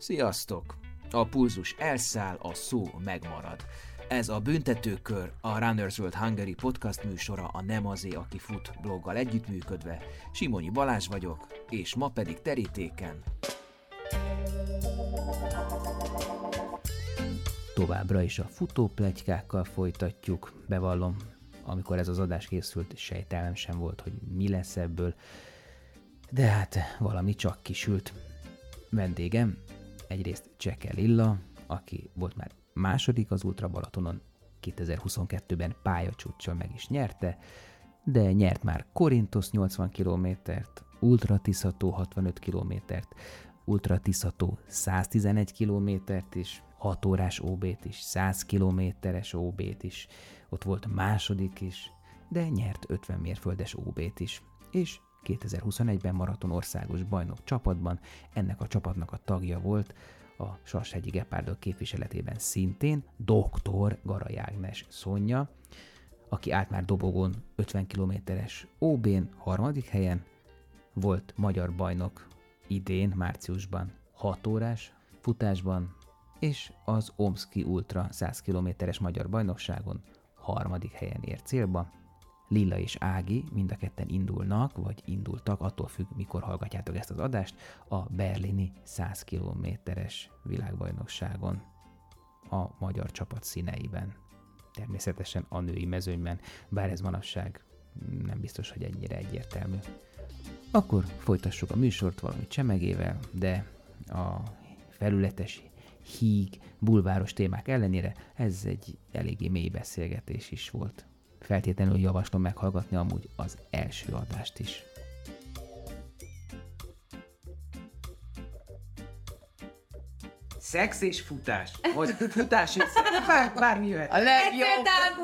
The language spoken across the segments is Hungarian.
Sziasztok! A pulzus elszáll, a szó megmarad. Ez a Büntetőkör, a Runners World Hungary podcast műsora a Nem azé, aki fut bloggal együttműködve. Simonyi Balázs vagyok, és ma pedig terítéken. Továbbra is a futópletykákkal folytatjuk, bevallom, amikor ez az adás készült, sejtelmem sem volt, hogy mi lesz ebből, de hát valami csak kisült. Vendégem egyrészt Cseke Lilla, aki volt már második az Ultra Balatonon, 2022-ben pályacsúccsal meg is nyerte, de nyert már Korintosz 80 kilométert, Ultra Tiszató 65 kilométert, Ultra Tiszató 111 kilométert is, 6 órás OB-t is, 100 kilométeres OB-t is, ott volt második is, de nyert 50 mérföldes OB-t is, és 2021-ben maraton országos bajnok csapatban, ennek a csapatnak a tagja volt a Sashegyi Gepárdok képviseletében szintén Dr. Garay Ágnes Szonya, aki állt már dobogón 50 kilométeres OB-n, harmadik helyen, volt magyar bajnok idén, márciusban 6 órás futásban, és az Omszki Ultra 100 kilométeres magyar bajnokságon harmadik helyen ért célba. Lilla és Ági mind a ketten indulnak, vagy indultak, attól függ, mikor hallgatjátok ezt az adást, a berlini 100 kilométeres világbajnokságon a magyar csapat színeiben. Természetesen a női mezőnyben, bár ez manapság nem biztos, hogy ennyire egyértelmű. Akkor folytassuk a műsort valami csemegével, de a felületes híg, bulváros témák ellenére ez egy eléggé mély beszélgetés is volt. Feltétlenül javaslom meghallgatni amúgy az első adást is. Szex és futás. Vagy futás és szex. Bármi jöhet. A legjobb.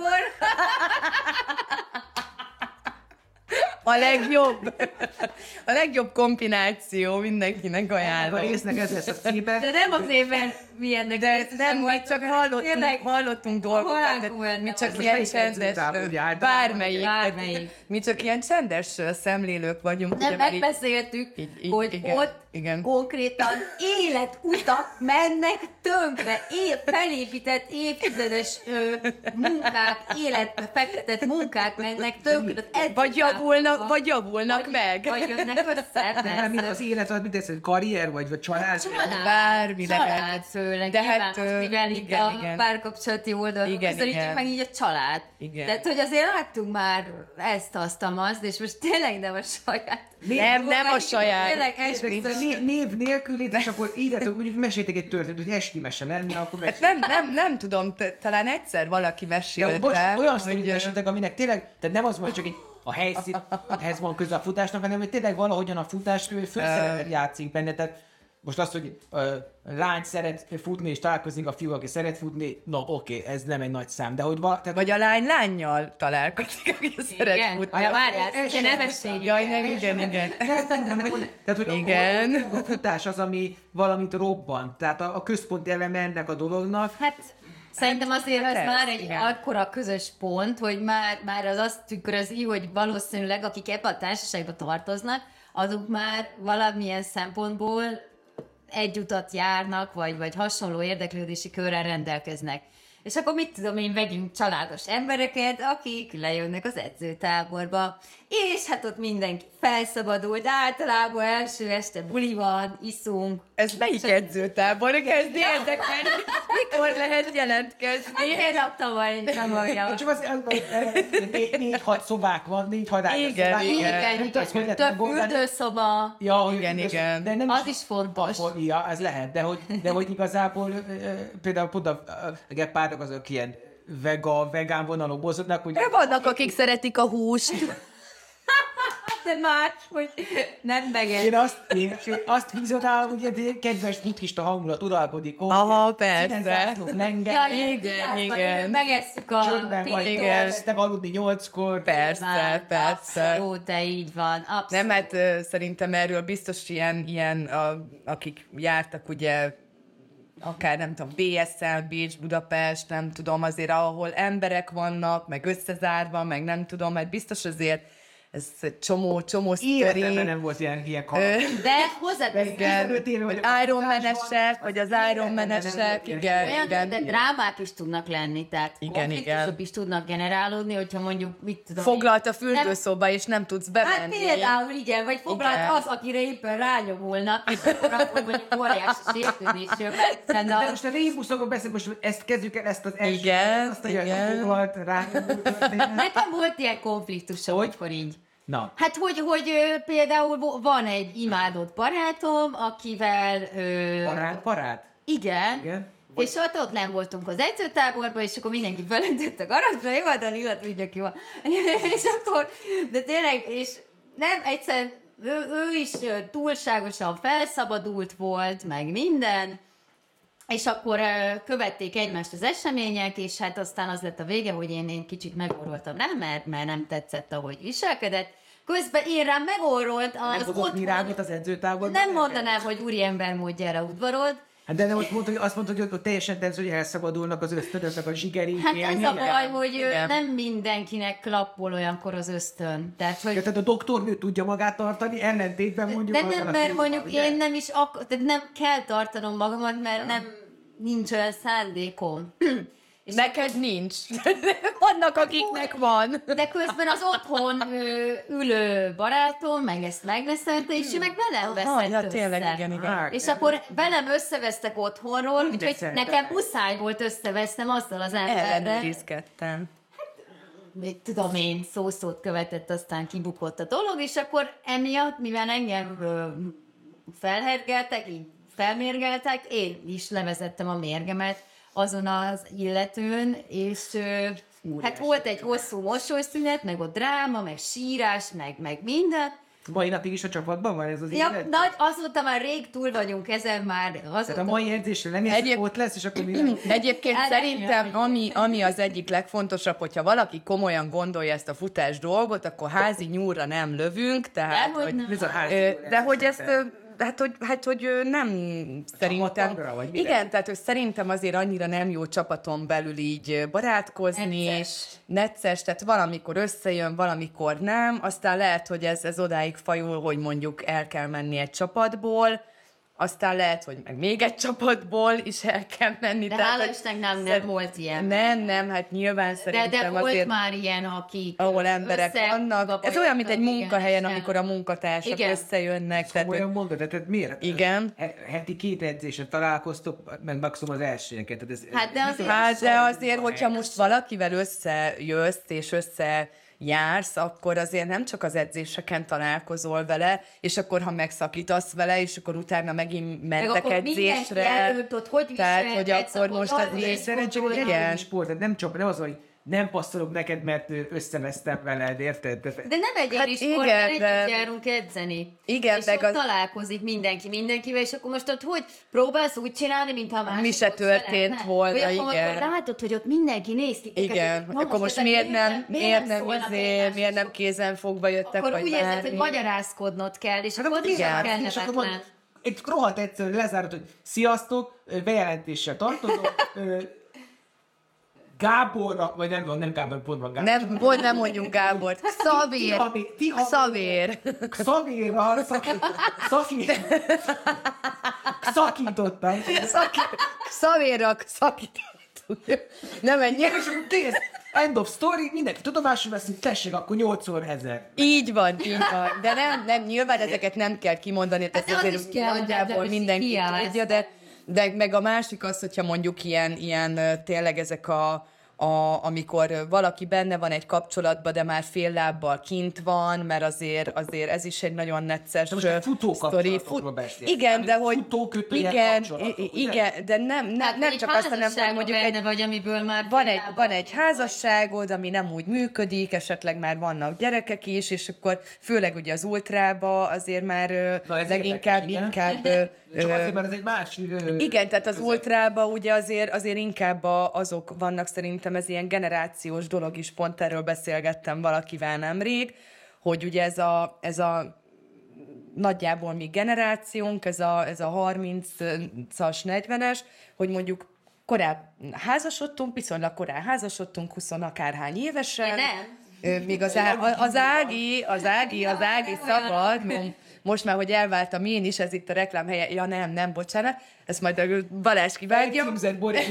A legjobb kombináció, mindenkinek ajánlom. A résznek ez lesz a címe. De nem azért, mert milyennek. De nem, mi csak hallottunk dolgokat, mi csak ilyen csendes, bármelyik. Mi csak ilyen csendes szemlélők vagyunk. Nem megbeszéltük, hogy ott konkrétan életutak mennek tönkre, felépített évtizedes munkák, életbe fektetett munkák mennek tönkre. Vagy javulnak meg. Vagy jönnek össze. Nem, mint az élet, mint ez, karrier, vagy család. Bármi lehet. Család főleg. De hát, mivel itt a párkapcsolati oldalon közelítjük meg így a család. Igen. Tehát, hogy azért láttunk már ezt, azt, és most tényleg nem a saját. Nem a saját. Név nélkül, és akkor írjátok, mondjuk meséltek egy történet, hogy esti mese lenne, akkor nem tudom, talán egyszer valaki mesélte. Olyan sztorit meséltek, aminek tényleg, tehát nem az volt csak egy a helyszínhez van köze a futásnak, hanem hogy tényleg valahogyan a futás főszerepet játszik benne, tehát most azt, hogy lány szeret futni, és találkozik a fiú, aki szeret futni, oké, ez nem egy nagy szám, de hogy vagy a lány lánnyal találkozik, aki szeret futni. Várjál, ne beszélj. Jaj, nem, igen. Tehát, hogy igen. A futás az, ami valamit robban, tehát a központi eleme ennek a dolognak. Hát szerintem azért ez már egy akkora közös pont, hogy már az azt tükrözi, hogy valószínűleg akik ebben a társaságban tartoznak, azok már valamilyen szempontból egy utat járnak, vagy hasonló érdeklődési körrel rendelkeznek. És akkor mit tudom én, vegyünk családos embereket, akik lejönnek az edzőtáborba, és hát ott mindenki felszabadul, de általában első este buli van, iszunk. Ez melyik edzőtábor? Kezd érdekelni, mikor lehet jelentkezni? Én raktam majd. Csak az 4-6 szobák van, 4-6 Igen. Több fürdőszoba. Ja, igen. De nem az is fontos. Ja, ez lehet, de hogy igazából például pont a gepárdok azok ilyen vegán vonalon mozognak, hogy... Vannak, akik szeretik a húst. De más, hogy nem meged. Én azt vizionálom, hogy egy kedves buddhista hangulat uralkodik. Aha, persze. Igen. Megesszük a te aludni 8-kor. Persze. Jó, te így van. Abszolút. Nem, hát szerintem erről biztos ilyen akik jártak ugye akár nem tudom, BSL, Bécs, Budapest, nem tudom, azért ahol emberek vannak, meg összezárva, meg nem tudom, mert biztos azért ez csomó sztori. Életemben nem volt ilyen de hozzáteszem. Iron Man-esek, vagy az Iron Man-esek, igen. De drámák is tudnak lenni, tehát konfliktusok is tudnak generálódni, hogyha mondjuk, mit tudom. Foglalt a fürdőszoba, és nem tudsz bemenni. Hát például igen, vagy foglalt az, akire éppen rányomulnak, és akkor mondjuk óriási sértődésről. De most a rébuszokon beszélünk, most ezt kezdjük el, ezt az első. Igen. Foglalt, rányomult. Nekem volt ilyen konfliktusom, akkor így. Na. Hát, hogy például van egy imádott barátom, akivel... Barát? Igen. És ott nem voltunk az edzőtáborban, és akkor mindenki felentett a garázsra, hivatal illat, úgy ki van. És akkor, de tényleg, és nem egyszer, ő is túlságosan felszabadult volt, meg minden, és akkor követték egymást az események, és hát aztán az lett a vége, hogy én kicsit megorroltam rá, mert nem tetszett, ahogy viselkedett. Közben én rám megorrolt az otthon. Az edzőtáborban? Nem mondanám, hogy úriember módjára udvarolt. Hát de nem azt mondta, hogy teljesen tensz, hogy elszabadulnak az ösztönöknek a zsigeri. Hát ez a baj, hogy nem mindenkinek klappol olyankor az ösztön. Tehát a doktornő tudja magát tartani, ellentétben mondjuk... De nem, mert mondjuk én nem is tehát nem kell tartanom magamat, mert nincs olyan szándékom. És neked nincs. Vannak, akiknek van. De közben az otthon ülő barátom meg ezt megbeszélte, és ő meg velem veszett össze. Tényleg, igen. És akkor velem összevesztek otthonról, úgyhogy nekem muszáj volt összevesznem azzal az emberrel. Ellenőrizkedtem. Még tudom én, szó-szót követett, aztán kibukott a dolog, és akkor emiatt, mivel engem felhergeltek, így felmérgeltek, én is levezettem a mérgemet azon az illetőn, és hát volt egy hosszú mosolyszünet, meg ott dráma, meg sírás, meg minden. Mai napig is a csapatban van ez az élet? Azóta már rég túl vagyunk ezen már. Tehát a mai edzésre nem ott lesz, és akkor mi? Egyébként szerintem, ami az egyik legfontosabb, hogyha valaki komolyan gondolja ezt a futás dolgot, akkor házi nyúlra nem lövünk, tehát, de hogy ezt... hogy nem szerintem... Igen, tehát hogy szerintem azért annyira nem jó csapaton belül így barátkozni, necces, tehát valamikor összejön, valamikor nem, aztán lehet, hogy ez odáig fajul, hogy mondjuk el kell menni egy csapatból, aztán lehet, hogy meg még egy csapatból is el kell menni. De hála Istennek nem volt ilyen. Nem, hát nyilván szerintem de volt azért... már ilyen, akik... Ahol emberek vannak. Ez olyan, mint egy munkahelyen, amikor a munkatársak összejönnek. Olyan mondod, tehát miért? Igen. Heti 2 edzésen találkoztok, meg maximum az elsőnket. De azért, hogyha most valakivel összejössz, és jársz, akkor azért nem csak az edzéseken találkozol vele, és akkor, ha megszakítasz vele, és akkor utána megint mentek edzésre. Tehát, hogy akkor most azért szerencsére egy sport, nem az, hogy nem passzolok neked, mert összevesztem veled, érted? De nem egy sportban együtt járunk edzeni. Igen, és ott találkozik mindenkivel, és akkor most ott hogy próbálsz úgy csinálni, mintha másik mi se történt volna, igen. Látod, hogy ott mindenki néz ki. Igen, akkor most miért nem kézen fogva jöttek, akkor úgy érzed, hogy magyarázkodnod kell, és akkor kellemetlen. Egy rohadt egyszerű lezárod, hogy sziasztok, bejelentéssel tartozok, Gáborra, vagy nem Gábor, pont van Gábor. Nem mondjunk Gábort. Szavér. Szakítottam. Szavérrak szakítottuk. Nem ennyi. End of story, mindenki tudomásul veszünk, tessék, akkor 8x1000. Így van. De nem, nyilván ezeket nem kell kimondani, tehát azért nagyjából mindenki tudja, de meg a másik az, hogyha mondjuk ilyen tényleg ezek amikor valaki benne van egy kapcsolatban, de már fél lábbal kint van, mert azért ez is egy nagyon necces sztori. Igen, de hogy... Igen, de nem csak azt, hanem hogy mondjuk vagy, amiből már van egy házasságod, ami nem úgy működik, esetleg már vannak gyerekek is, és akkor főleg ugye az ultrába azért már leginkább csak azért, mert ez egy másik... Igen, tehát az ultrába ugye azért inkább azok vannak, szerintem ez ilyen generációs dolog is, pont erről beszélgettem valakivel nemrég, hogy ugye ez a nagyjából mi generációnk, ez a 30-as, 40-es, hogy mondjuk viszonylag korán házasodtunk, 20 akárhány évesen. Nem. Még az Ági szabad, most már, hogy elváltam én is, ez itt a reklám helye. Ja nem, bocsánat. Ezt majd a Balázs kivágja. Elcímzett Boris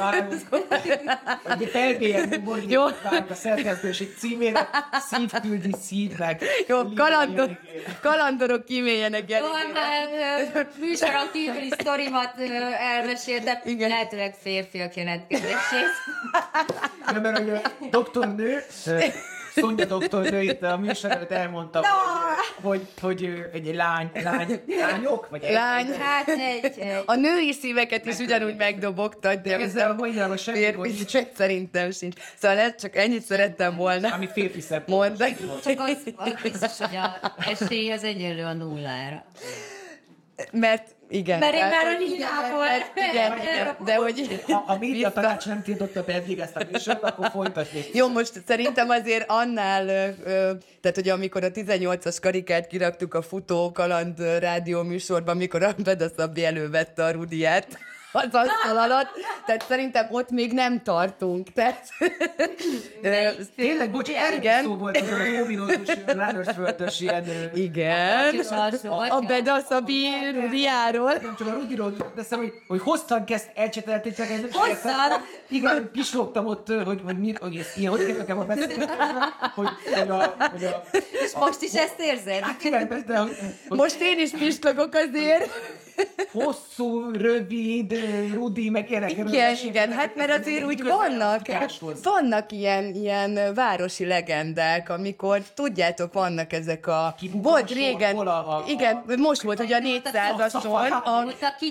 hogy felbélyezni Boris a szerkesztőség címére, szív küldi szívnek. Jó, kalandorok kíméljenek el. Műsoron kívüli sztorimat elmesél, de lehetőleg férfiak jelentkezését. Mert hogy a doktornő, Szonya doktornő itt a műsor előtt elmondta, hogy egy lányok? Vagy Lány. Hát A női szíveket is ugyanúgy megdobogtad, de ezzel a semmi szerintem sincs. Szóval csak ennyit szerettem volna. Ami férfi szebb mondani. csak az biztos, hogy a esély az egyenlő a nullára. Mert igen. Mert én már a Ligából. Igen, de hogy... A média tanács nem tiltotta be eddig ezt a műsort, akkor folytatni. Jó, most szerintem azért annál, tehát hogy amikor a 18-as karikát kiraktuk a Futó Kaland rádió műsorban, amikor a Beda Szabi elővette a Rudiát az asztal alatt, tehát szerintem ott még nem tartunk. Tehát... Tényleg, bocsi, erről szó volt, az a ominózus Rános-Föltös ilyen... Igen, a Beda Szabi Rudiáról. Nem csak a Rudiról, de szerintem, hogy hosszan kezd elcsetelni, csak egy... Hosszan? Igen, pislogtam ott, hogy ez ilyen, hogy nekem a beszélni, hogy a... És most is ezt érzed? Hát igen, de hogy most én is pislogok azért. Hosszú, rövid, Rudi, meg ilyenek. Igen, hát mert azért úgy vannak ilyen városi legendák, amikor, tudjátok, vannak ezek a... Volt régen, igen, most volt ugye a 400-ason,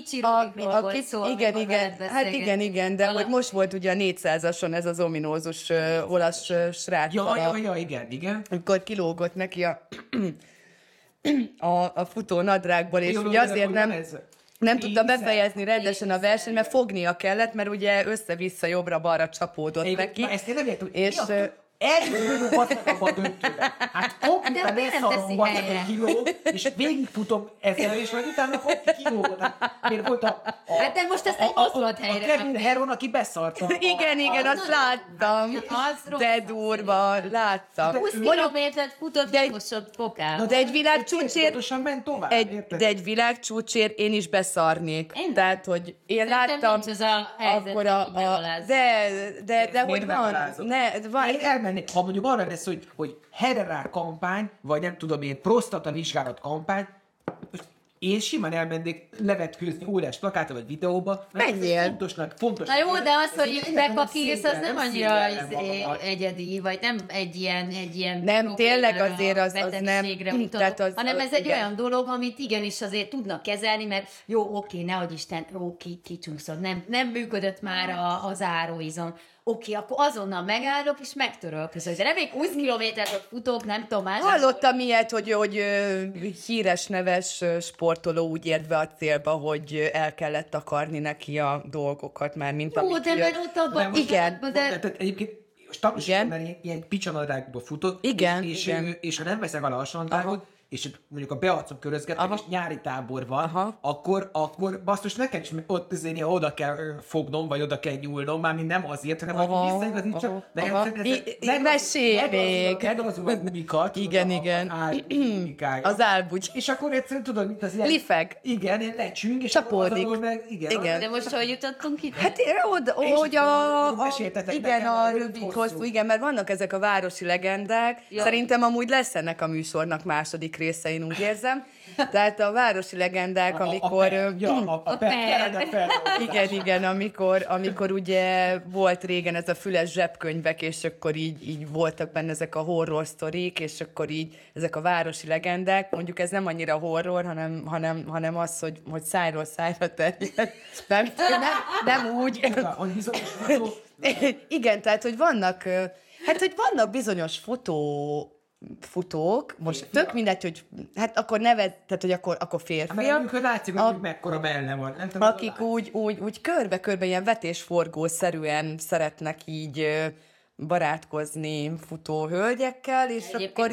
igen, de hogy most volt ugye a 400-ason ez az ominózus olasz srác. Ja, igen. Amikor kilógott neki a futó nadrágból, és ugye azért nem tudta befejezni rendesen a versenyt, mert fognia kellett, mert ugye össze-vissza jobbra-balra csapódott neki. Ezt én nem értem, és eljutunk a döntőbe. Hát konkrétan leszarom egy kiló, és végigfutom ezzel, és majd utána kilógot. Miért volt hát de most ezt egy mozdulat helyre. A Kevin Heron, aki beszarta. Igen, azt láttam. De durva, láttam. 20 kilométert futott, de most fokál. De egy világcsúcsért... De egy világcsúcsért én is beszarnék. Tehát, hogy én láttam... Akkor de hogy van... Ha mondjuk arra lesz, hogy Herrera kampány, vagy nem tudom én, prostata vizsgálat kampány, én simán elmennék levetkőzni órás plakátra vagy videóba. Menjél! Fontos. Na jó, de az, hogy Peppa Kiss, az nem annyira egyedi, vagy nem egy ilyen nem, tényleg azért az nem, mutató, hanem ez egy olyan dolog, amit igenis azért tudnak kezelni, mert jó, oké, nehogy Isten, kicsúszod, nem működött már az áróizom. Oké, akkor azonnal megállok, és megtörölök. De nem még 20 kilométert futok, nem tudom más. Hallottam ilyet, hogy híres, neves sportoló úgy ért be a célba, hogy el kellett takarni neki a dolgokat már, mint amit de mert ott abban... Igen. De egyébként stabilisan, mert ilyen picsanadrágba futott, és ha nem veszek alá a sandágot, és mondjuk a bearcom körözget, és nyári tábor van, akkor basszus, nekem is ott azért oda kell fognom, vagy oda kell nyúlnom, mármint nem azért, hanem hogy visszaigazítsa. Mesélj még! Kedvazom a gumikat. Igen. Az álbugy. És akkor egyszerűen tudod, mint az ilyen... Lifeg. Igen, ilyen lecsünk, és csapódik. Igen. De most hogy jutottunk ide? Hát hogy a rövid hosszú, igen, mert vannak ezek a városi legendák. Szerintem amúgy lesz ennek a műsornak második része, én úgy érzem. Tehát a városi legendák, amikor... Igen, amikor ugye volt régen ez a füles zsebkönyvek, és akkor így voltak benne ezek a horror sztorik, és akkor így ezek a városi legendák, mondjuk ez nem annyira horror, hanem az, hogy szájról szájra terjed. Nem úgy. Igen, tehát, hogy vannak bizonyos futók, most tök mindegy, hogy hát akkor neved, tehát hogy akkor férfiak. Mert amikor látszik, hogy mekkora melle van. Akik úgy körbe-körbe ilyen vetésforgószerűen szeretnek így barátkozni futó hölgyekkel, és akkor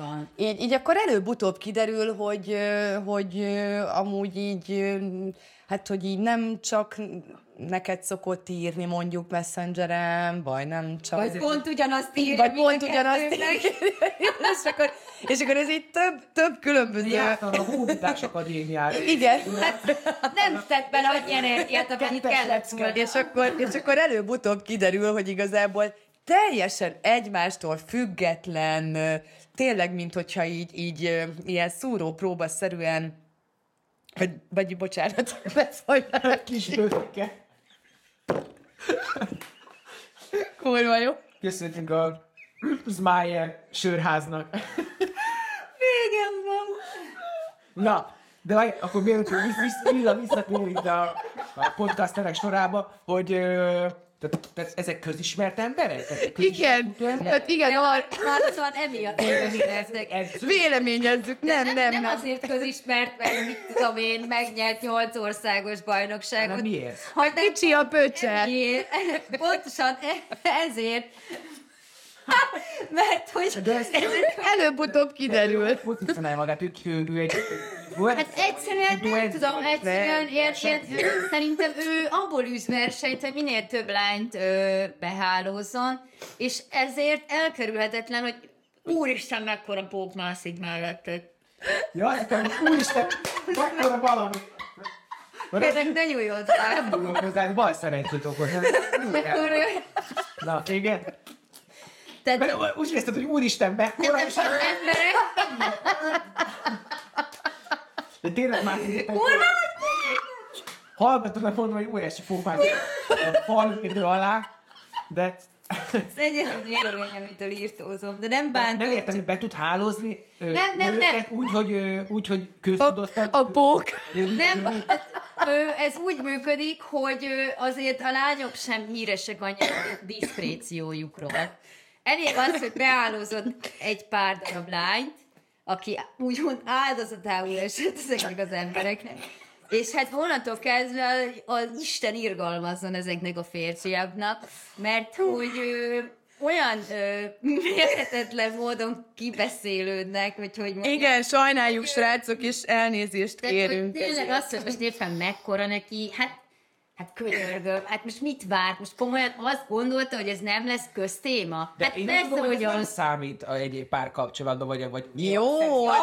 így akkor előbb-utóbb kiderül, hogy amúgy így hát, hogy így nem csak neked szokott írni mondjuk Messengeren, vagy nem csak... Vagy pont ugyanazt írja. Vagy pont ugyanazt írja. és akkor ez így több különböző... Jártan a Hódítás Akadémiára. Igen. Hát nem tett bele annyi energiát, amennyit kellett volna. És akkor előbb-utóbb kiderül, hogy igazából teljesen egymástól független, tényleg, mint hogyha így ilyen szúrópróbaszerűen, vagy bocsánat, beszólj kis bőke. Kurva jó. Köszönjük a Zmájer sörháznak. Régen van. Na, de várj, akkor mielőtt visszatérünk a podcasterek sorába, hogy tehát ezek közismert emberek? Igen, hát igen, már szóval emiatt éreznek. Véleményezzük, nem. azért közismert, mert mit tudom én, megnyert 8 országos bajnokságot. De miért? Hogy kicsi a pöccse. Pontosan ezért. Mert hogy... Előbb-utóbb kiderül. Mutatná magát, ő egy... Hát egyszerűen nem tudom, szerintem ő abból űz versenyt, hogy minél több lányt behálózzon, és ezért elkerülhetetlen, hogy úristen, mekkora pók mászik melletted. Ja, úristen, mekkora valami. Ezek de nyújjod rá. Nem bújok hozzá, bal szerencsét okos. Na, igen. Tehát... Úgy érezted, hogy úristen, mekkora is... De tényleg már... Hallgatónak mondom, hogy óriási fókmát a falvédő alá, de... Szegyen az élőlényem, amitől írtózom, de nem bántott. Nem értem, hogy be tud hálózni nem. Úgy, hogy köztudottan... A pók. Nem, ez úgy működik, hogy azért a lányok sem híresek a diszkréciójukról. Elég az, hogy beállózod egy pár darab lányt, aki úgymond áldozatául esett ezeknek az embereknek. És hát onnantól kezdve az Isten irgalmazzon ezeknek a férfiaknak, mert hogy olyan mérhetetlen módon kibeszélődnek, hogy igen, sajnáljuk, srácok, és elnézést kérünk. Tényleg azt, hogy most éppen mekkora neki, hát könyörgöm, hát most mit várt? Most komolyan azt gondolta, hogy ez nem lesz köztéma? De hát én persze, tudom, hogy az számít egy párkapcsolatban, vagy jó,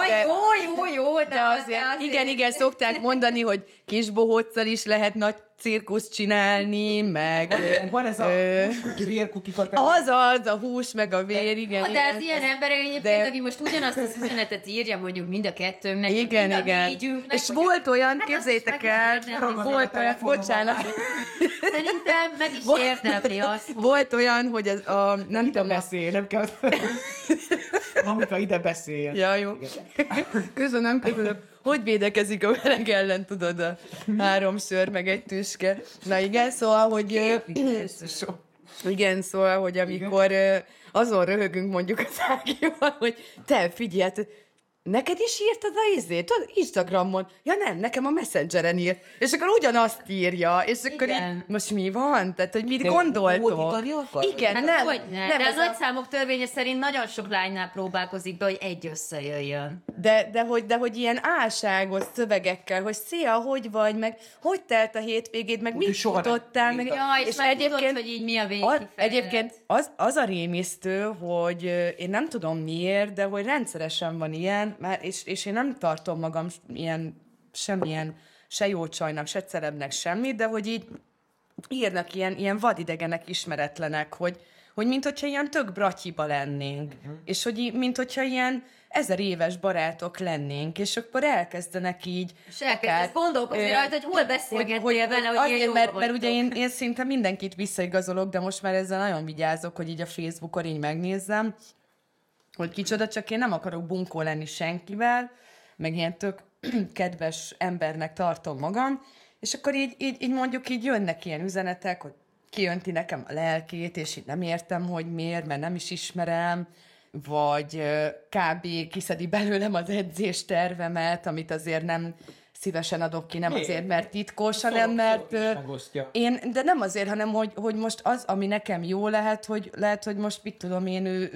de azért, igen, szokták mondani, hogy kisbohóccal is lehet nagy cirkuszt csinálni, meg... Van ez a vérkukikat... Az a hús, meg a vér, igen. De az ilyen emberek egyébként, aki most ugyanazt az üzenetet írja mondjuk mind a kettőnknek, igen. És volt olyan, képzeljétek el, volt olyan, bocsánat. Szerintem meg is érdemli azt. Volt olyan, hogy ez a... Nem tudom, beszél, nem kell... Mamika ide beszél. Ja, jó. Köszönöm. Hogy védekezik a meleg ellen, tudod, a 3 sör, meg egy tüske. Na igen, szóval, hogy... Igen, szóval, hogy amikor azon röhögünk mondjuk az Ágival, hogy te figyelj, hát, neked is írtad a izét? Tudod, Instagramon. Ja nem, nekem a Messengeren írt. És akkor ugyanazt írja, és akkor így, most mi van? Tehát, hogy mit gondoltok? Igen, hát nem. De az nagyszámok törvénye szerint nagyon sok lánynál próbálkozik be, hogy egy összejöjjön. De hogy ilyen álságos szövegekkel, hogy szia, hogy vagy, meg hogy telt a hétvégéd, meg mit futottál, meg... Ja, és egyébként, tudod, hogy így mi a végkifejezet. Egyébként az a rémisztő, hogy én nem tudom miért, de hogy rendszeresen van ilyen, és én nem tartom magam semmilyen se jó csajnak, se celebnek, semmit, de hogy így írnak ilyen vadidegenek, ismeretlenek, hogy mint hogyha ilyen tök bratyiba lennénk, és hogy mint hogyha ilyen 1000 éves barátok lennénk, és akkor elkezdenek így... És elkezdenek gondolkozni rajta, hogy hol beszélgetnél vele, hogy ilyen jó mert ugye én szinte mindenkit visszaigazolok, de most már ezzel nagyon vigyázok, hogy így a Facebookon így megnézzem, hogy kicsoda, csak én nem akarok bunkó lenni senkivel, meg ilyen tök kedves embernek tartom magam, és akkor így mondjuk így jönnek ilyen üzenetek, hogy kijönti nekem a lelkét, és így nem értem, hogy miért, mert nem is ismerem, vagy kb. Kiszedi belőlem az edzéstervemet, amit azért nem szívesen adok ki, nem azért, mert titkos, hanem mert de nem azért, hanem hogy most az, ami nekem jó lehet, hogy most mit tudom én, ő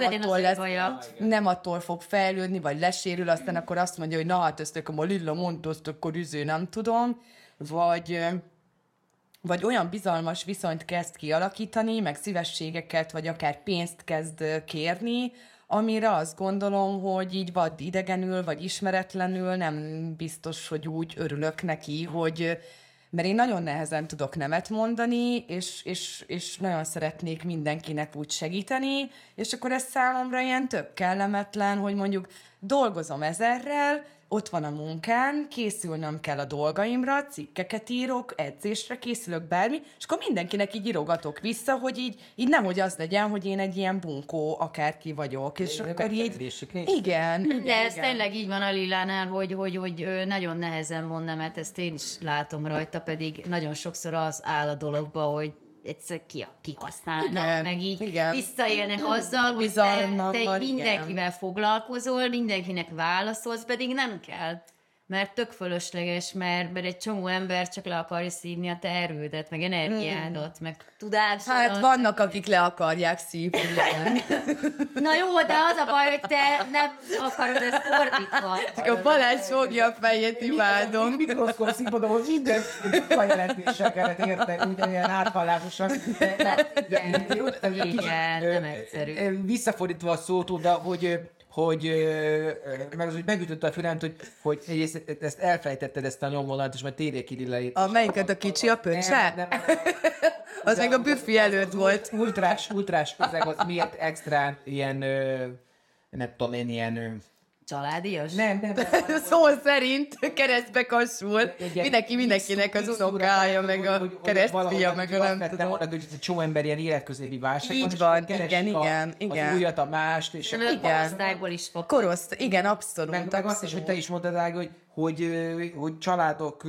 nem attól fog fejlődni, vagy lesérül, aztán akkor azt mondja, hogy na hát ezt nekem a Lilla mondta, azt akkor nem tudom, vagy olyan bizalmas viszonyt kezd kialakítani, meg szívességeket, vagy akár pénzt kezd kérni, amire azt gondolom, hogy így vad idegenül, vagy ismeretlenül nem biztos, hogy úgy örülök neki, hogy mert én nagyon nehezen tudok nemet mondani, és nagyon szeretnék mindenkinek úgy segíteni, és akkor ez számomra ilyen tök kellemetlen, hogy mondjuk dolgozom 1000-rel, ott van a munkám, készülnöm kell a dolgaimra, cikkeket írok, edzésre készülök, bármi, és akkor mindenkinek így írogatok vissza, hogy így nehogy az legyen, hogy én egy ilyen bunkó akárki vagyok. És akkor így... Igen. De ez tényleg így van a Lilánál, hogy nagyon nehezen mond nemet, ezt én is látom rajta, pedig nagyon sokszor az áll a dologba, hogy egyszer kihasználnak, meg így visszaélnek azzal, hogy te mindenkivel foglalkozol, mindenkinek válaszolsz, pedig nem kell. Mert tök fölösleges, mert egy csomó ember csak le akarja szívni a te erődet, meg energiádat, meg tudásodat. Hát vannak, akik le akarják szívni. Na jó, de az a baj, hogy te nem akarod ezt fordítva. Csak a Balázs fogja a fejét, imádom. Mikroszkóp színpadon, hogy minden bejelentéssel kellett érte, ugyanilyen áthallásosak. Igen, nem egyszerű. Visszafordítva a szót, de meg az, hogy megütötte a fülemt, hogy ezt elfelejtetted, ezt a nyomvonalat, és majd térjék ki Lilleit. A melyiket, a kicsi, a pöccse? Nem. Az meg a büffi előtt volt. Ultrás közeg, az miért extra ilyen, nem tudom én, ilyen... Családias? Nem. Szó szerint keresztbe kassul. Mindenkinek az unokája, meg a keresztfia, meg a nem tudom. Hogy egy csomó ember ilyen életközépi válság. Így van, igen. Az újat, a mást. És a korosztályból is fog. Igen, abszolút. Meg azt is, hogy te is mondtad, Ági, hogy családok...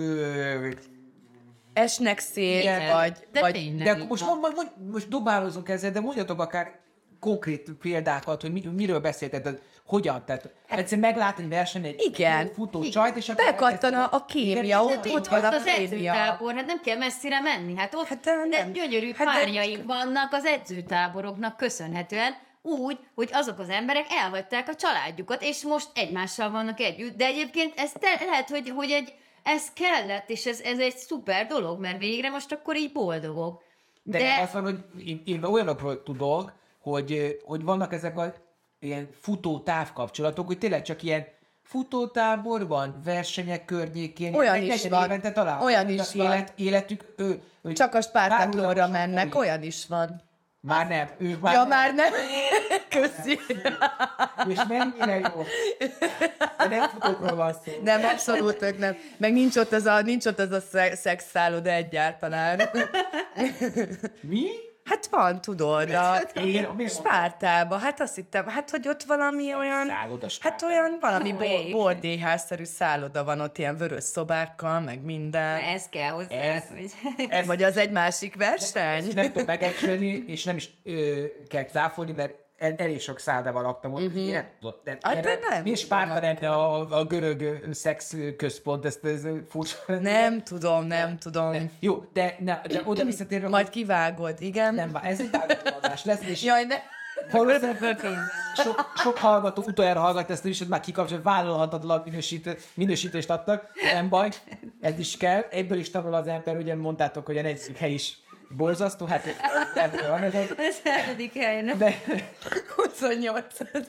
esnek szét, De most dobálozunk ezzel, de mondjatok akár konkrét példákat, hogy miről beszélted, hogyan, tehát egyszerűen meglátni versenyen egy futó csajt, és akkor... Bekattan a kémia, ott van a az kémia. edzőtábor, hát nem kell messzire menni, hát ott gyönyörű párjaink vannak az edzőtáboroknak köszönhetően, úgy, hogy azok az emberek elhagyták a családjukat, és most egymással vannak együtt, de egyébként ez lehet, hogy ez kellett, és ez egy szuper dolog, mert végre most akkor így boldogok. De azt van, hogy én olyanokról tudok, hogy vannak ezek a ilyen futó távkapcsolatok, hogy tényleg csak ilyen futótáborban, versenyek környékén, olyan is van. Olyan is van. Életük, csak a Spartatlonra mennek, olyan is van. Már nem. Már nem. Köszi. És mennyire jó. De nem futókról van szó. Nem, abszolút nem. Meg nincs ott az a szexszálloda egyáltalán. Mi? Hát van, tudod, Spártában. Hát azt hittem, hogy ott valami olyan... Hát olyan valami bordélyházszerű szálloda van ott, ilyen vörös szobákkal, meg minden. Ez kell hozzá. Vagy az egy másik verseny? Nem tudom megekselni, és nem is kell cáfolni, mert elég sok szállodával laktam ott. Mi Spárta lenne a görög szex központ, ez furcsa. Nem tudom. Jó, de oda visszatérve... Majd kivágod, igen? Nem, ez egy vágódás lesz, és... Jaj, ne... Sok hallgató utoljára hallgat ezt, és már kikapcsolt, vállalhatatlan minősítést adtak, nem baj, ez is kell. Ebből is tanul az ember, ugye mondtátok, hogy a negyedik hely is borzasztó, hát ebből van ez az... Ez 7. helyen. 28.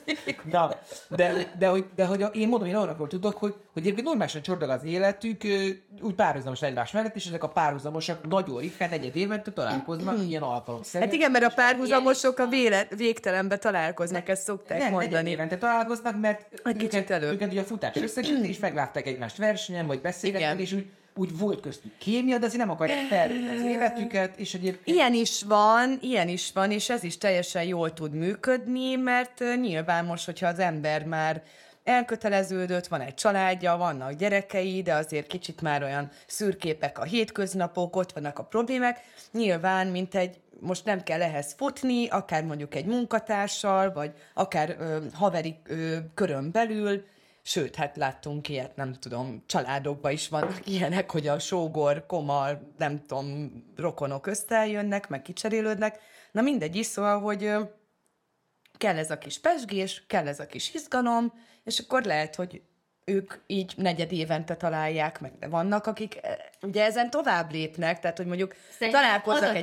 De hogy én mondom, én arra tudok, hogy egyébként normálisan csordog az életük, úgy párhuzamos egymás mellett, és ezek a párhuzamosak nagyon ritkán egyed évente találkoznak ilyen alkalom szerint. Hát igen, mert a párhuzamosok a végtelenbe találkoznak, ezt szokták mondani. Egyed évente találkoznak, mert őket ugye a futás összegyűjtni, és meglátták egymást versenyen, vagy beszélgetnek, és úgy volt köztük kémia, de azért nem akarják felvenni az életüket, és egyébként... Ilyen is van, és ez is teljesen jól tud működni, mert nyilván most, hogyha az ember már elköteleződött, van egy családja, vannak gyerekei, de azért kicsit már olyan szürképek a hétköznapok, ott vannak a problémák, nyilván, most nem kell ehhez futni, akár mondjuk egy munkatársal, vagy akár haveri körön belül, sőt, hát láttunk ilyet, nem tudom, családokban is vannak ilyenek, hogy a sógor, komar, nem tudom, rokonok összejönnek, meg kicserélődnek. Na mindegy is, szóval, hogy kell ez a kis pezsgés, kell ez a kis izgalom, és akkor lehet, hogy ők így negyed évente találják meg, de vannak, akik ugye ezen tovább lépnek, tehát hogy mondjuk találkoznak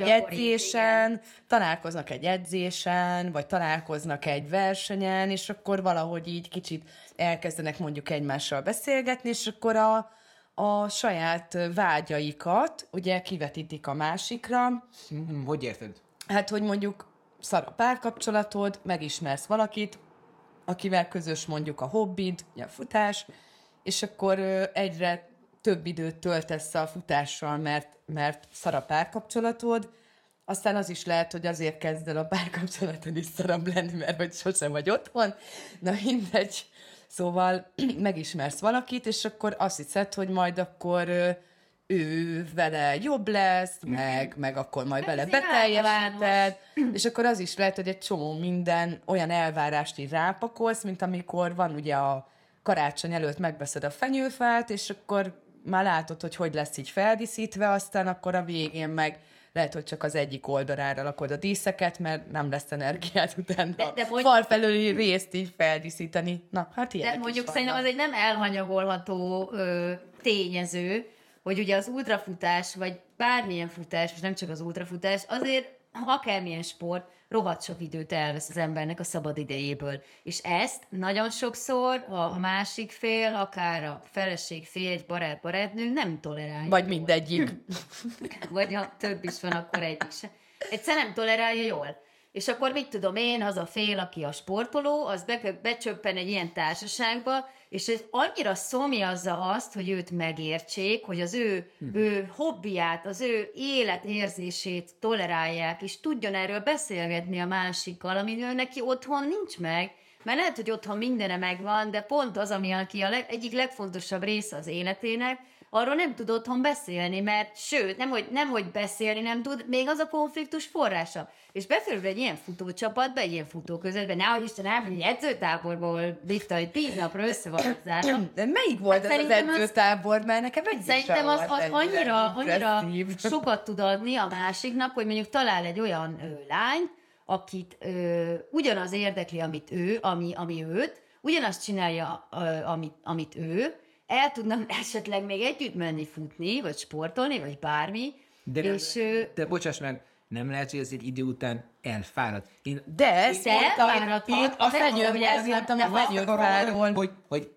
egy edzésen, vagy találkoznak egy versenyen, és akkor valahogy így kicsit elkezdenek mondjuk egymással beszélgetni, és akkor a saját vágyaikat ugye kivetítik a másikra. Hogy érted? Hát, hogy mondjuk szar a párkapcsolatod, megismersz valakit, akivel közös mondjuk a hobbid, a futás, és akkor egyre több időt töltesz a futással, mert szar a párkapcsolatod, aztán az is lehet, hogy azért kezd el a párkapcsolatod is szarabb lenni, mert hogy sosem vagy otthon, na mindegy. Szóval megismersz valakit, és akkor azt hiszed, hogy majd akkor ő vele jobb lesz, meg akkor majd vele beteljesíted, és akkor az is lehet, hogy egy csomó minden olyan elvárást így rápakolsz, mint amikor van ugye a karácsony előtt megveszed a fenyőfát, és akkor már látod, hogy lesz így feldíszítve, aztán akkor a végén meg lehet, hogy csak az egyik oldalára rakod a díszeket, mert nem lesz energiát utána a fal felőli részt így feldíszíteni. Na, hát ilyenek. De mondjuk szerintem az egy nem elhanyagolható tényező, hogy ugye az ultrafutás, vagy bármilyen futás, és nem csak az ultrafutás, azért akármilyen sport, rohadt sok időt elvesz az embernek a szabad idejéből. És ezt nagyon sokszor a másik fél, akár a feleség, férj, barát, barátnő nem tolerálja. Vagy mindegyik. Vagy ha több is van, akkor egyik se. Egyszer nem tolerálja jól. És akkor mit tudom én, az a fél, aki a sportoló, az becsöppen egy ilyen társaságba, és ez annyira szomjazza azt, hogy őt megértsék, hogy az ő hobbiját, az ő életérzését tolerálják, és tudjon erről beszélgetni a másikkal, amiről neki otthon nincs meg. Mert lehet, hogy otthon mindene megvan, de pont az, ami egyik legfontosabb része az életének, arról nem tud otthon beszélni, mert sőt, nemhogy beszélni nem tud, még az a konfliktus forrása. És befelül egy ilyen futócsapatba, egy ilyen futóközletbe, nehogy Isten egy edzőtáborból bírta, hogy 10 napra össze van zárva. De melyik volt az edzőtábor? Mert nekem szerintem az annyira sokat tud adni a másiknak, hogy mondjuk talál egy olyan lányt, akit ugyanaz érdekli, amit ő, ami őt, ugyanazt csinálja, amit ő, el tudnak esetleg még együtt menni futni, vagy sportolni, vagy bármi. De bocsáss meg, nem lehet, hogy ez egy idő után elfárad. A fenyőfáról. Hogy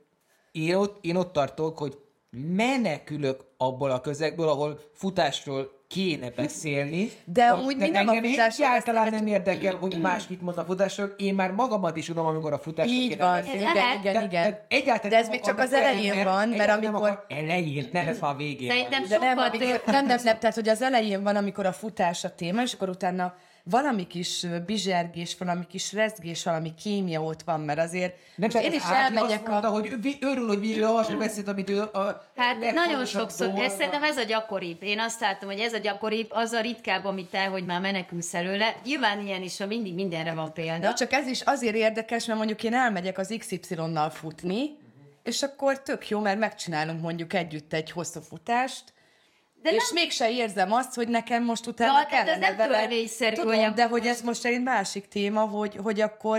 én ott tartok, hogy menekülök abból a közegből, ahol futásról kéne beszélni. De úgy nem a futásról. Egyáltalán nem érdekel, hogy más mit mond a futásról. Én már magamat is tudom, amikor a futásról kéne beszélni. Igen. De ez még csak az elején van, mert amikor... Elején, nem ez a végén. Szerintem nem, tehát hogy az elején van, amikor a futás a téma, és akkor utána valami kis bizsergés, valami kis rezgés, valami kémia ott van, mert azért én is elmegyek hogy örül, hogy végre arra beszélt, amit ő hát nagyon sokszor, szerintem ez a gyakoribb. Én azt látom, hogy ez a gyakoribb, az a ritkább, amit te, hogy már menekülsz előle. Nyilván ilyen is, ha mindig mindenre van példa. De csak ez is azért érdekes, mert mondjuk én elmegyek az XY-nal futni, és akkor tök jó, mert megcsinálunk mondjuk együtt egy hosszú futást, és mégse érzem azt, hogy nekem most utána kellene vele. Tudom, de hogy ez most egy másik téma, hogy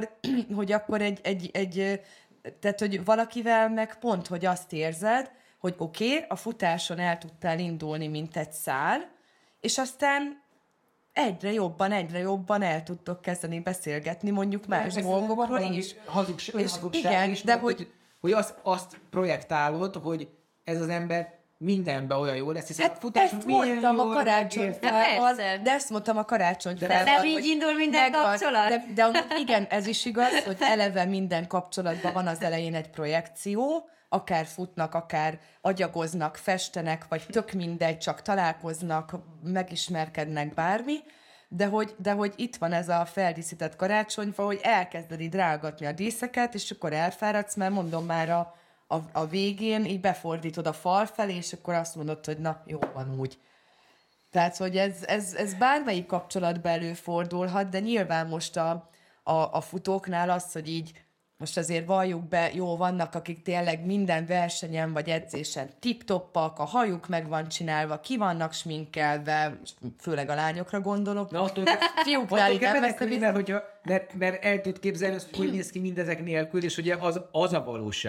akkor egy tehát, hogy valakivel meg pont, hogy azt érzed, hogy oké, a futáson el tudtál indulni, mint egy szál, és aztán egyre jobban el tudtok kezdeni beszélgetni, mondjuk más dolgokról is. Hazugság is, de hogy azt projektálod, hogy ez az ember mindenben olyan jó lesz, hiszen hát ezt mondtam a karácsonyfával, de ezt mondtam a karácsonyfával. De így indul minden kapcsolat. De igen, ez is igaz, hogy eleve minden kapcsolatban van az elején egy projekció, akár futnak, akár agyagoznak, festenek, vagy tök mindegy, csak találkoznak, megismerkednek, bármi, de hogy itt van ez a feldíszített karácsonyfa, hogy elkezded így rágatni a díszeket, és akkor elfáradsz, mert mondom már a végén így befordítod a fal felé, és akkor azt mondod, hogy na, jó van úgy. Tehát, hogy ez bármelyik kapcsolatban előfordulhat, de nyilván most a futóknál az, hogy így most azért valljuk be, jó, vannak, akik tényleg minden versenyen vagy edzésen tip-toppak, a hajuk meg van csinálva, ki vannak sminkelve, főleg a lányokra gondolok. Na, fiúknál így nem veszem, mert el tud képzelni, hogy néz ki mindezek nélkül, és ugye az a valóság,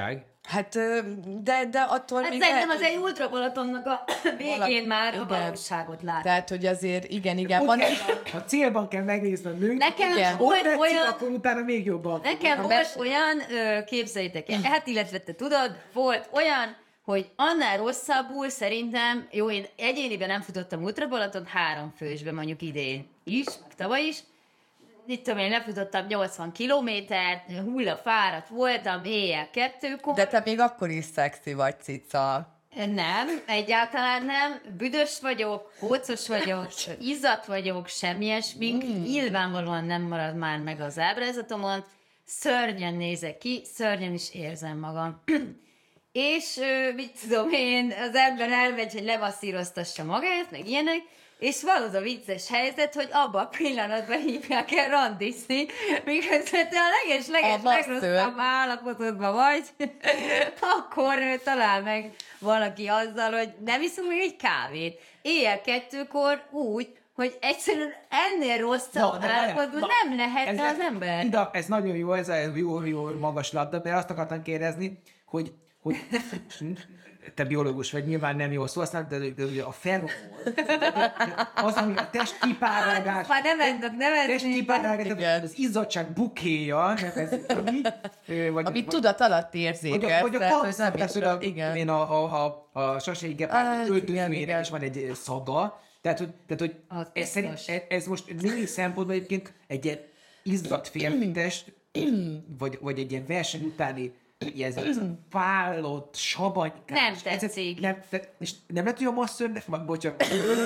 Hát, de attól hát még... szerintem az egy ultrapalatonnak a végén már a valóságot lát. Tehát, hogy azért igen. Ha célban kell megnézni a nőt, nekem volt olyan... akkor utána még jobban. Nekem volt olyan, képzeljétek el, hát illetve te tudod, volt olyan, hogy annál rosszabbul szerintem, jó, én egyéniben nem futottam ultrapalaton, 3 fősbe mondjuk idén is, meg tavaly is, itt tudom én, lefutottam 80 kilométert, hullafáradt voltam, éjjel 2-kor. De te még akkor is szexi vagy, cica. Nem, egyáltalán nem. Büdös vagyok, kócos vagyok, izzadt vagyok, semmilyen smink. Nyilvánvalóan nem marad már meg az ábrázatomon. Szörnyen nézek ki, szörnyen is érzem magam. És mit tudom én, az ember elmegy, hogy lemasszíroztassa magát, meg ilyenek, és van az a vicces helyzet, hogy abban a pillanatban hívják el randizni, miközben te a legrosszabb állapotodban vagy, akkor talál meg valaki azzal, hogy nem iszunk még egy kávét. Éjjel 2-kor úgy, hogy egyszerűen ennél rosszabb állapotban nem lehetne az ember. De ez nagyon jó, ez jó magas labda, mert azt akartam kérdezni, hogy te biológus vagy, nyilván nem jól szó, aztán de a feromon, az, ami a testkipárgás, az izzadság bukéja, amit tudat alatt érzékel. Vagy a sasei gepárd öltözőjének is van egy szaga, tehát hogy ez most némi szempontból egyébként egy ilyen izzadt férfitest, vagy egy ilyen verseny utáni ez vállott, sabanykás. Nem tetszik. Nem lehet, hogy a masszörnek van, bocsánat.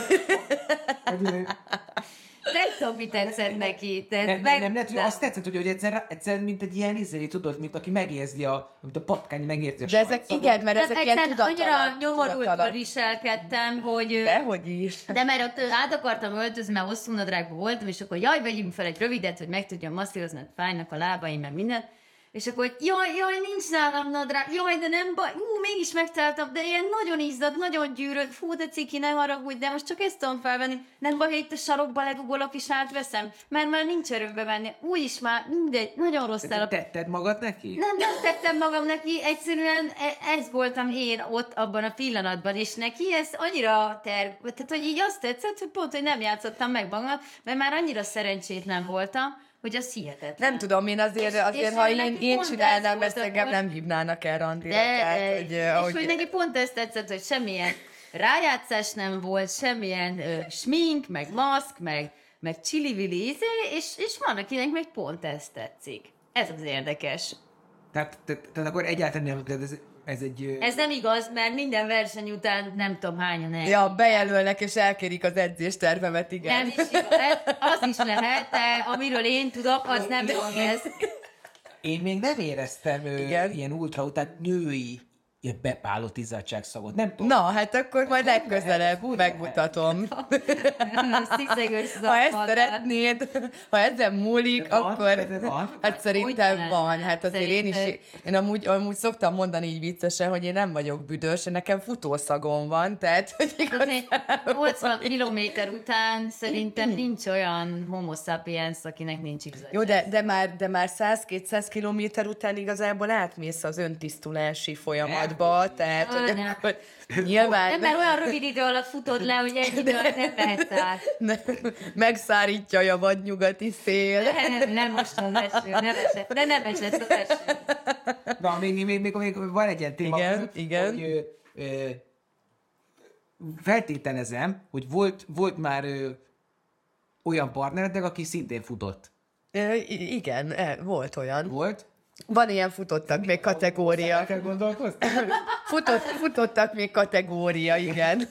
Nem tudom, mi tetszett neki. Nem lehet, hogy azt tetszett, hogy egyszer mint egy ilyen tudod, mint aki megérzi mint a patkány megérzi a de ezek, igen, mert ezek ilyen tudatalat. Annyira nyomorultva viselkedtem, hogy... Dehogy is. De mert ott át akartam öltözni, mert hosszú nadrágban voltam, és akkor jaj, vegyünk fel egy rövidet, hogy meg tudjam masszírozni, fájnak a lábaim, meg mindent. És akkor, jaj, nincs nálam nadrág, jaj, de nem baj, mégis megtaláltam, de ilyen nagyon izzadt, nagyon gyűrött, de ciki, ne haragudj, de most csak ezt tudom felvenni, nem baj, hogy itt a sarokba legugolok is átveszem, mert már nincs erőbe menni, úgyis már mindegy, nagyon rossz állapot. Tetted magad neki? Nem tettem magam neki, egyszerűen ez voltam én ott abban a pillanatban, és neki ez annyira tehát hogy így azt tetszett, hogy pont, hogy nem játszottam meg magam, mert már annyira szerencsétlen voltam, hogy az hihetetlen. Nem tudom, én azért ha én csinálnám ezt, engem nem hívnának el randira. És hogy neki pont ezt tetszett, hogy semmilyen rájátszás nem volt, semmilyen smink, meg maszk, meg csili-vili és van, akinek meg pont ezt tetszik. Ez az érdekes. Tehát akkor egyáltalán nem, ez nem igaz, mert minden verseny után nem tudom hányan el. Ja, bejelölnek és elkérik az edzéstervemet, igen. Nem is igaz, az is lehet, de amiről én tudok, az nem ez. Én még nem éreztem ilyen ultra után női ilyen bepálott izzadságszagot. Nem tudom. Na, hát akkor majd legközelebb megmutatom. Ha ezt szeretnéd, ha ezen múlik, akkor hát szerintem van. Hát azért én amúgy szoktam mondani így viccesen, hogy én nem vagyok büdös, nekem futószagom van, tehát hogy igazából... 80 kilométer után szerintem nincs olyan homo sapiens, akinek nincs izzadság. Jó, de már 100-200 kilométer után igazából átmész az öntisztulási folyamat. Tehát, hogy akkor nyilván... Nem, mert olyan rövid idő alatt futod le, hogy egy idő alatt nem mehetsz át. Megszárítja a javad nyugati szél. Nem most az eső, nem esett az eső. Na, még van egy ilyen téma, igen. Hogy feltételezem, hogy volt már olyan partnerednek, aki szintén futott. Igen, volt olyan. Volt? Van ilyen futottak még kategória. Kell gondolkozni? Futottak még kategória, igen.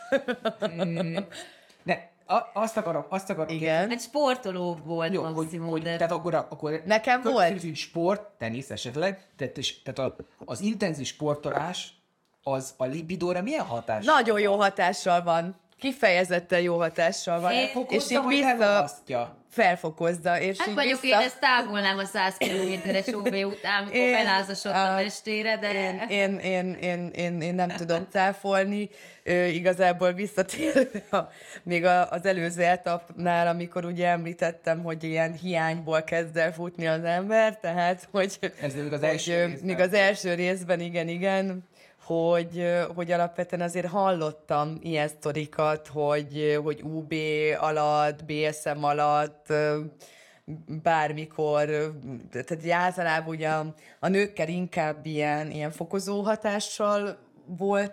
Azt akarom. Igen. Egy sportoló volt maximum. Tehát akkor nekem volt. Sport, tenisz esetleg, tehát az intenzív sportolás, az a libidóra milyen hatás? Nagyon jó hatással van. kifejezetten jó hatással van. És így felfokozza. És hát mondjuk én ezt távolnám a 100 km-es OB után, amikor belázasodtam estére, de... Én nem tudom cáfolni. Igazából visszatérve még az előző etapnál, amikor ugye említettem, hogy ilyen hiányból kezd el futni az ember, tehát, hogy... Ez még az első részben. Még az első részben, igen. Hogy alapvetően azért hallottam ilyen sztorikat, hogy UB alatt, BSM alatt, bármikor, tehát általában ugye a nőkkel inkább ilyen fokozó hatással volt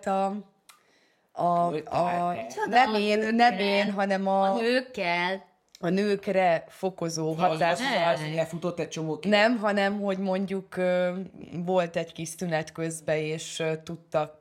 nem én, hanem a nőkkel. A nőkre fokozó hatással. Elfutott egy csomó. Nem, hanem, hogy mondjuk volt egy kis szünet közben, és tudtak...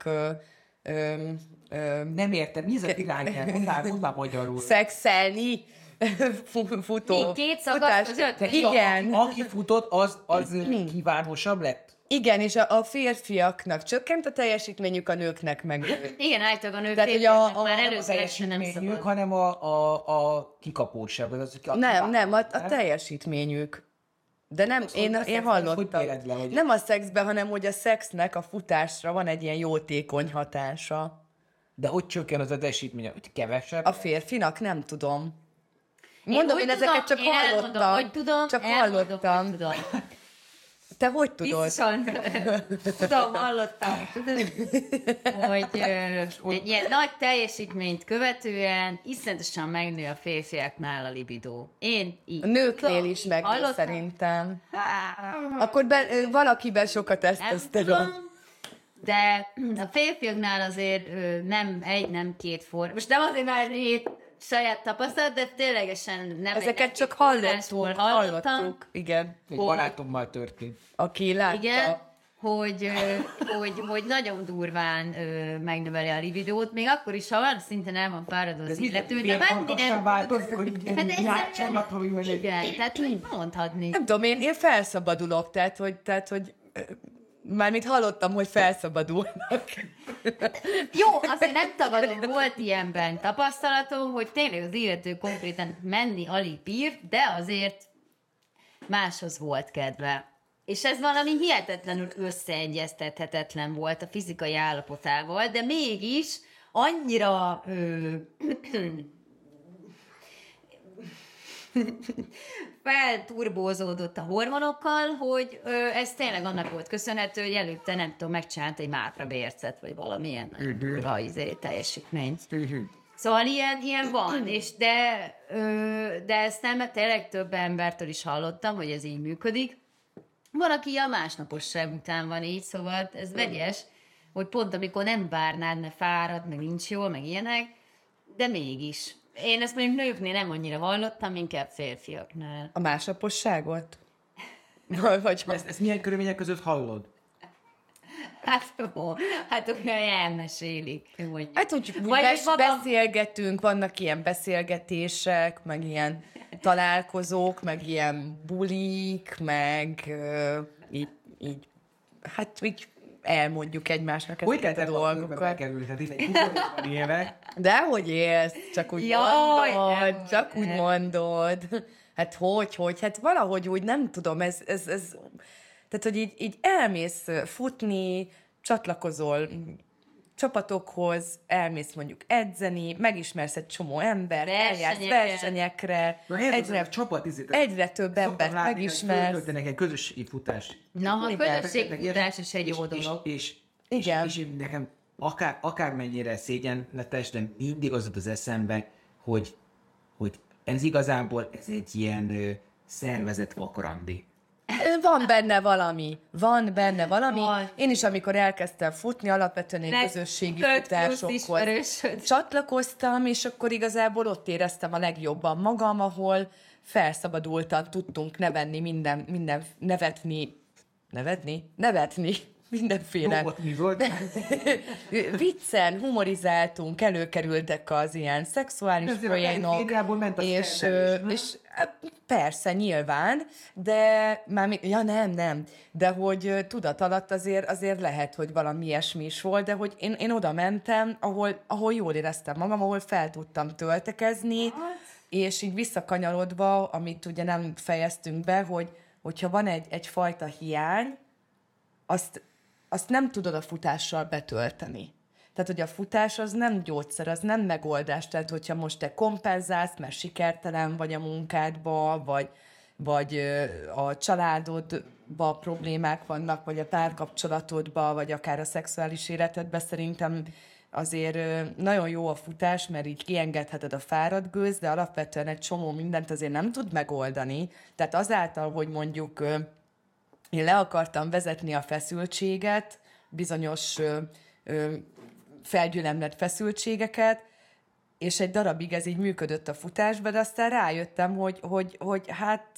nem értem, mi ez a irányelv? Mondál magyarul. Szexelni. Futó. Két szakasz között? Igen. Aki futott, az kívánosabb lett? Igen, és a férfiaknak csökkent a teljesítményük, a nőknek meg. Igen, általában a nők férfiaknak már először nem szabad. Hanem a kikapósabb. Nem, a teljesítményük. De nem, én hallottam. Nem a szexben, hanem hogy a szexnek a futásra van egy ilyen jótékony hatása. De hogy csökken az a teljesítmény? Hogy kevesebb? A férfinak nem tudom. Mondom, én ezeket csak hallottam. Hogy tudom, csak hallottam. Te hogy tudod? Biztosan. Tudom, hallottam. Hogy egy ilyen nagy teljesítményt követően iszonyatosan megnő a férfiaknál a libidó. Én így. A nőknél is megnő szerintem. Akkor valakiben sokat tesztelem. De a férfiaknál azért nem egy, nem két forrás. Most nem azért már saját tapasztalat, de ténylegesen nem. Ezeket csak hallottuk. Igen. Egy barátommal történt. Aki látta. Igen, hogy nagyon durván megnöveli a libidót, még akkor is, ha van szinten el van fáradó az illető, de igen, tehát úgy mondhatni. Nem tudom, én felszabadulok, tehát hogy mármint hallottam, hogy felszabadulnak. Jó, azért nem tagadom, volt ilyenben tapasztalatom, hogy tényleg az illető konkrétan menni alig bír, de azért máshoz volt kedve. És ez valami hihetetlenül összeegyeztethetetlen volt a fizikai állapotával, de mégis annyira felturbózódott a hormonokkal, hogy ez tényleg annak volt köszönhető, hogy előtte nem tudom, megcsinált egy mátra bércet, vagy valamilyen teljesítményt. Szóval ilyen van, és de ezt nem, tényleg több embertől is hallottam, hogy ez így működik. Van, aki a másnaposság után van így, szóval ez vegyes, hogy pont amikor nem várnád, mert fárad, meg nincs jól, meg ilyenek, de mégis. Én ezt mondjuk nőknél nem annyira hallottam, inkább férfiaknál. A másnaposságot? Vagy ezt milyen körülmények között hallod? Hát olyan elmesélik. Hát úgy beszélgetünk, vannak ilyen beszélgetések, meg ilyen találkozók, meg ilyen bulik, meg így hát így elmondjuk egymásnak ezeket a dolgokat. Hogy Dehogy élsz, csak úgy mondod, csak úgy mondod. Hát hogy, hát valahogy úgy nem tudom, ez tehát, hogy így elmész futni, csatlakozol csapatokhoz, elmész mondjuk edzeni, megismersz egy csomó ember, eljársz versenyekre, egyre több embert megismersz. Föltöltenek egy közösségi futás. Na, a közösségi futás is egy jó dolog. És nekem akármennyire szégyenletes, de mindig az az eszemben, hogy ez igazából egy ilyen szervezett vakarandi. Van benne valami. Én is, amikor elkezdtem futni, alapvetően egy közösségi futásokhoz csatlakoztam, és akkor igazából ott éreztem a legjobban magam, ahol felszabadultan tudtunk nevetni, mindenféle. Mi volt? Viccen, humorizáltunk, előkerültek az ilyen szexuális poénok, és Persze, nyilván, de már nem, de hogy tudat alatt azért lehet, hogy valami ilyesmi is volt, de hogy én oda mentem, ahol jól éreztem magam, ahol fel tudtam töltekezni, és így visszakanyarodva, amit ugye nem fejeztünk be, hogyha van egyfajta hiány, azt nem tudod a futással betölteni. Tehát, hogy a futás az nem gyógyszer, az nem megoldás. Tehát, hogyha most te kompenzálsz, mert sikertelen vagy a munkádba, vagy a családodban problémák vannak, vagy a párkapcsolatodban, vagy akár a szexuális életedben, szerintem azért nagyon jó a futás, mert így kiengedheted a fáradt gőzt, de alapvetően egy csomó mindent azért nem tud megoldani. Tehát azáltal, hogy mondjuk én le akartam vezetni a feszültséget, bizonyos felgyülemlett feszültségeket, és egy darabig ez így működött a futásban, de aztán rájöttem, hogy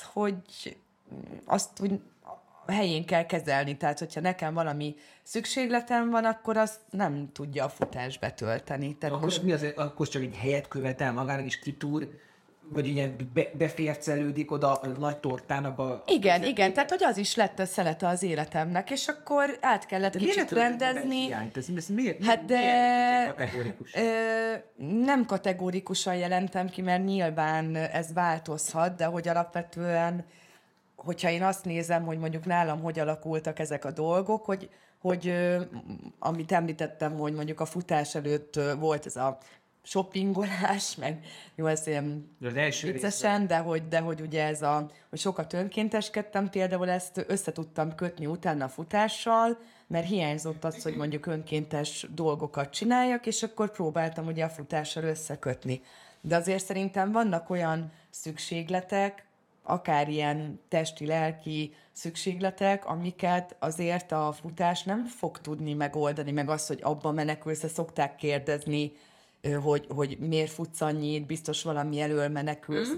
azt úgy helyén kell kezelni. Tehát, hogyha nekem valami szükségletem van, akkor azt nem tudja a futás betölteni. Tehát akkor mi az, akkor csak egy helyet követel magának, és kitúr, vagy ilyen befércelődik oda a nagy tortának Igen, tehát hogy az is lett a szelete az életemnek, és akkor át kellett kicsit rendezni. Miért kategórikus? Nem kategórikusan jelentem ki, mert nyilván ez változhat, de hogy alapvetően, hogyha én azt nézem, hogy mondjuk nálam hogy alakultak ezek a dolgok, hogy amit említettem, hogy mondjuk a futás előtt volt ez a shoppingolás, meg jó, ez ilyen viccesen, de hogy ugye ez hogy sokat önkénteskedtem, például ezt össze tudtam kötni utána a futással, mert hiányzott az, hogy mondjuk önkéntes dolgokat csináljak, és akkor próbáltam ugye a futással összekötni. De azért szerintem vannak olyan szükségletek, akár ilyen testi-lelki szükségletek, amiket azért a futás nem fog tudni megoldani, meg az, hogy abban menekülsz, ezt szokták kérdezni, hogy miért futsz annyit, biztos valami elől menekülsz,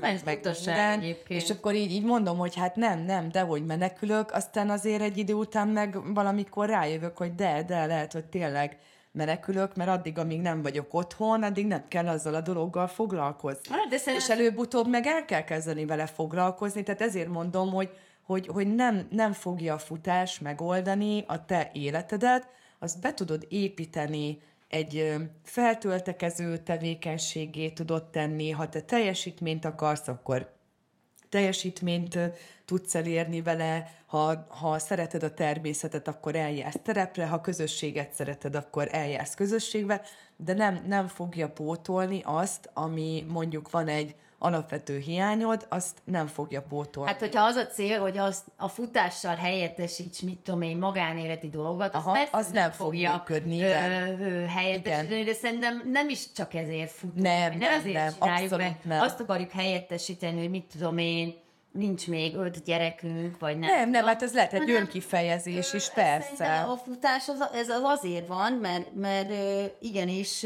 és akkor így mondom, hogy hát nem, de hogy menekülök, aztán azért egy idő után meg valamikor rájövök, hogy de lehet, hogy tényleg menekülök, mert addig, amíg nem vagyok otthon, addig nem kell azzal a dologgal foglalkozni. És előbb-utóbb meg el kell kezdeni vele foglalkozni, tehát ezért mondom, hogy nem fogja a futás megoldani a te életedet, azt be tudod építeni, egy feltöltekező tevékenységé tudod tenni, ha te teljesítményt akarsz, akkor teljesítményt tudsz elérni vele, ha szereted a természetet, akkor eljársz terepre, ha közösséget szereted, akkor eljársz közösségbe, de nem fogja pótolni azt, ami mondjuk van egy alapvető hiányod, azt nem fogja pótolni. Hát, hogyha az a cél, hogy a futással helyettesíts, mit tudom én, magánéleti dolgokat, az nem fogja működni. Helyettesíteni, de szerintem nem is csak ezért futunk. Nem, abszolút nem. Azt akarjuk helyettesíteni, hogy mit tudom én, nincs még 5 gyerekünk, vagy nem. Nem, hát ez lehet egy önkifejezés is, persze. Szerintem a futás ez azért van, mert igenis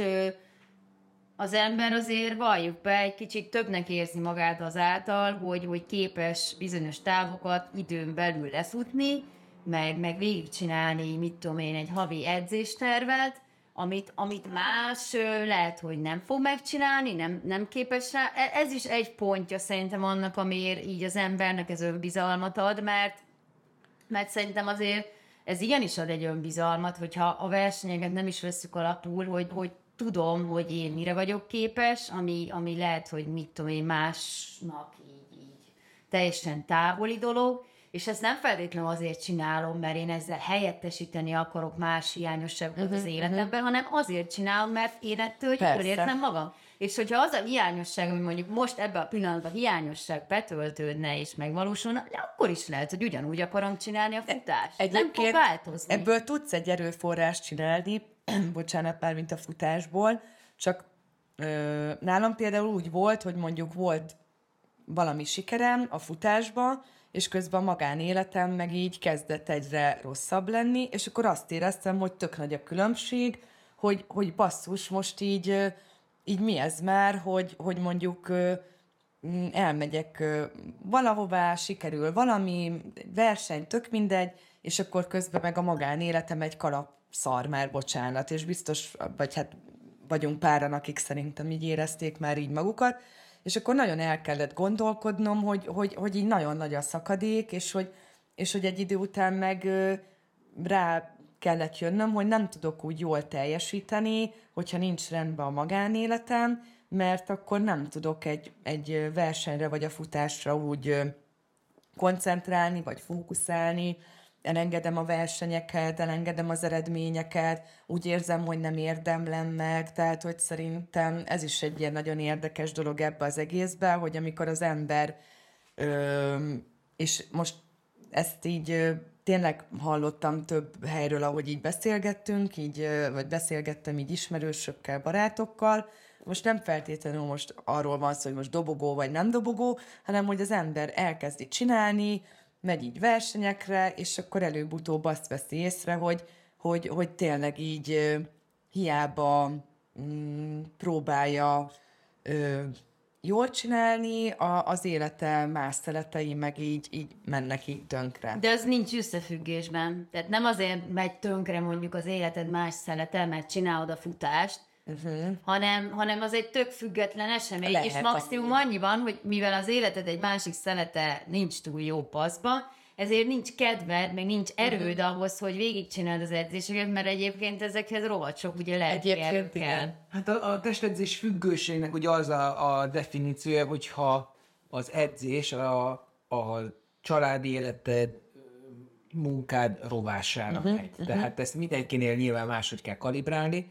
az ember azért, valljuk be, egy kicsit többnek érzi magát azáltal, hogy képes bizonyos távokat időn belül lefutni, meg végigcsinálni, mit tudom én, egy havi edzéstervet, amit más lehet, hogy nem fog megcsinálni, nem képes rá. Ez is egy pontja szerintem annak, amiért így az embernek ez önbizalmat ad, mert szerintem azért ez igenis ad egy önbizalmat, hogyha a versenyeket nem is vesszük alapul, hogy tudom, hogy én mire vagyok képes, ami lehet, hogy mit tudom én, másnak így teljesen távoli dolog, és ezt nem feltétlenül azért csinálom, mert én ezzel helyettesíteni akarok más hiányosságokat az életemben, hanem azért csinálom, mert én ettől jól érzem magam. És hogyha az a hiányosság, ami mondjuk most ebben a pillanatban hiányosság betöltődne és megvalósulna, akkor is lehet, hogy ugyanúgy akarom csinálni a futást. Nem fog változni. Ebből tudsz egy erőforrást csinálni, bocsánat, már mint a futásból, csak nálam például úgy volt, hogy mondjuk volt valami sikerem a futásba, és közben a magánéletem meg így kezdett egyre rosszabb lenni, és akkor azt éreztem, hogy tök nagy a különbség, hogy basszus, most így mi ez már, hogy mondjuk elmegyek valahová, sikerül valami, verseny, tök mindegy, és akkor közben meg a magánéletem egy kalapszar már, bocsánat, és biztos, vagy hát vagyunk páran, akik szerintem így érezték már így magukat, és akkor nagyon el kellett gondolkodnom, hogy így nagyon nagy a szakadék, és hogy egy idő után meg rá kellett jönnöm, hogy nem tudok úgy jól teljesíteni, hogyha nincs rendben a magánéletem, mert akkor nem tudok egy versenyre vagy a futásra úgy koncentrálni, vagy fókuszálni, elengedem a versenyeket, elengedem az eredményeket, úgy érzem, hogy nem érdemlem meg, tehát hogy szerintem ez is egy ilyen nagyon érdekes dolog ebbe az egészbe, hogy amikor az ember, és most ezt így tényleg hallottam több helyről, ahogy így beszélgettünk, vagy beszélgettem így ismerősökkel, barátokkal, most nem feltétlenül most arról van szó, hogy most dobogó vagy nem dobogó, hanem hogy az ember elkezdi csinálni, megy így versenyekre, és akkor előbb-utóbb azt veszi észre, hogy tényleg így hiába próbálja jól csinálni, az élete más szeletei meg így mennek így tönkre. De az nincs összefüggésben. Tehát nem azért megy tönkre mondjuk az életed más szelete, mert csinálod a futást, hanem az egy tök független esemény, lehet, és maximum annyi van, hogy mivel az életed egy másik szelete nincs túl jó paszba, ezért nincs kedved, meg nincs erőd ahhoz, hogy végigcsináld az edzéseket, mert egyébként ezekhez rohadt sok ugye lelki erő kell. Hát a testedzés függőségnek ugye az a definíciója, hogyha az edzés a családi életed, munkád rovására megy. Tehát ezt mindenkinél nyilván máshogy kell kalibrálni.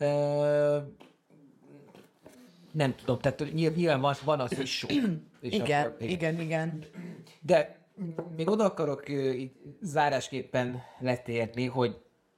Nem tudom, tehát nyilván van az is sok. Igen. De még oda akarok zárásképpen letérni, hogy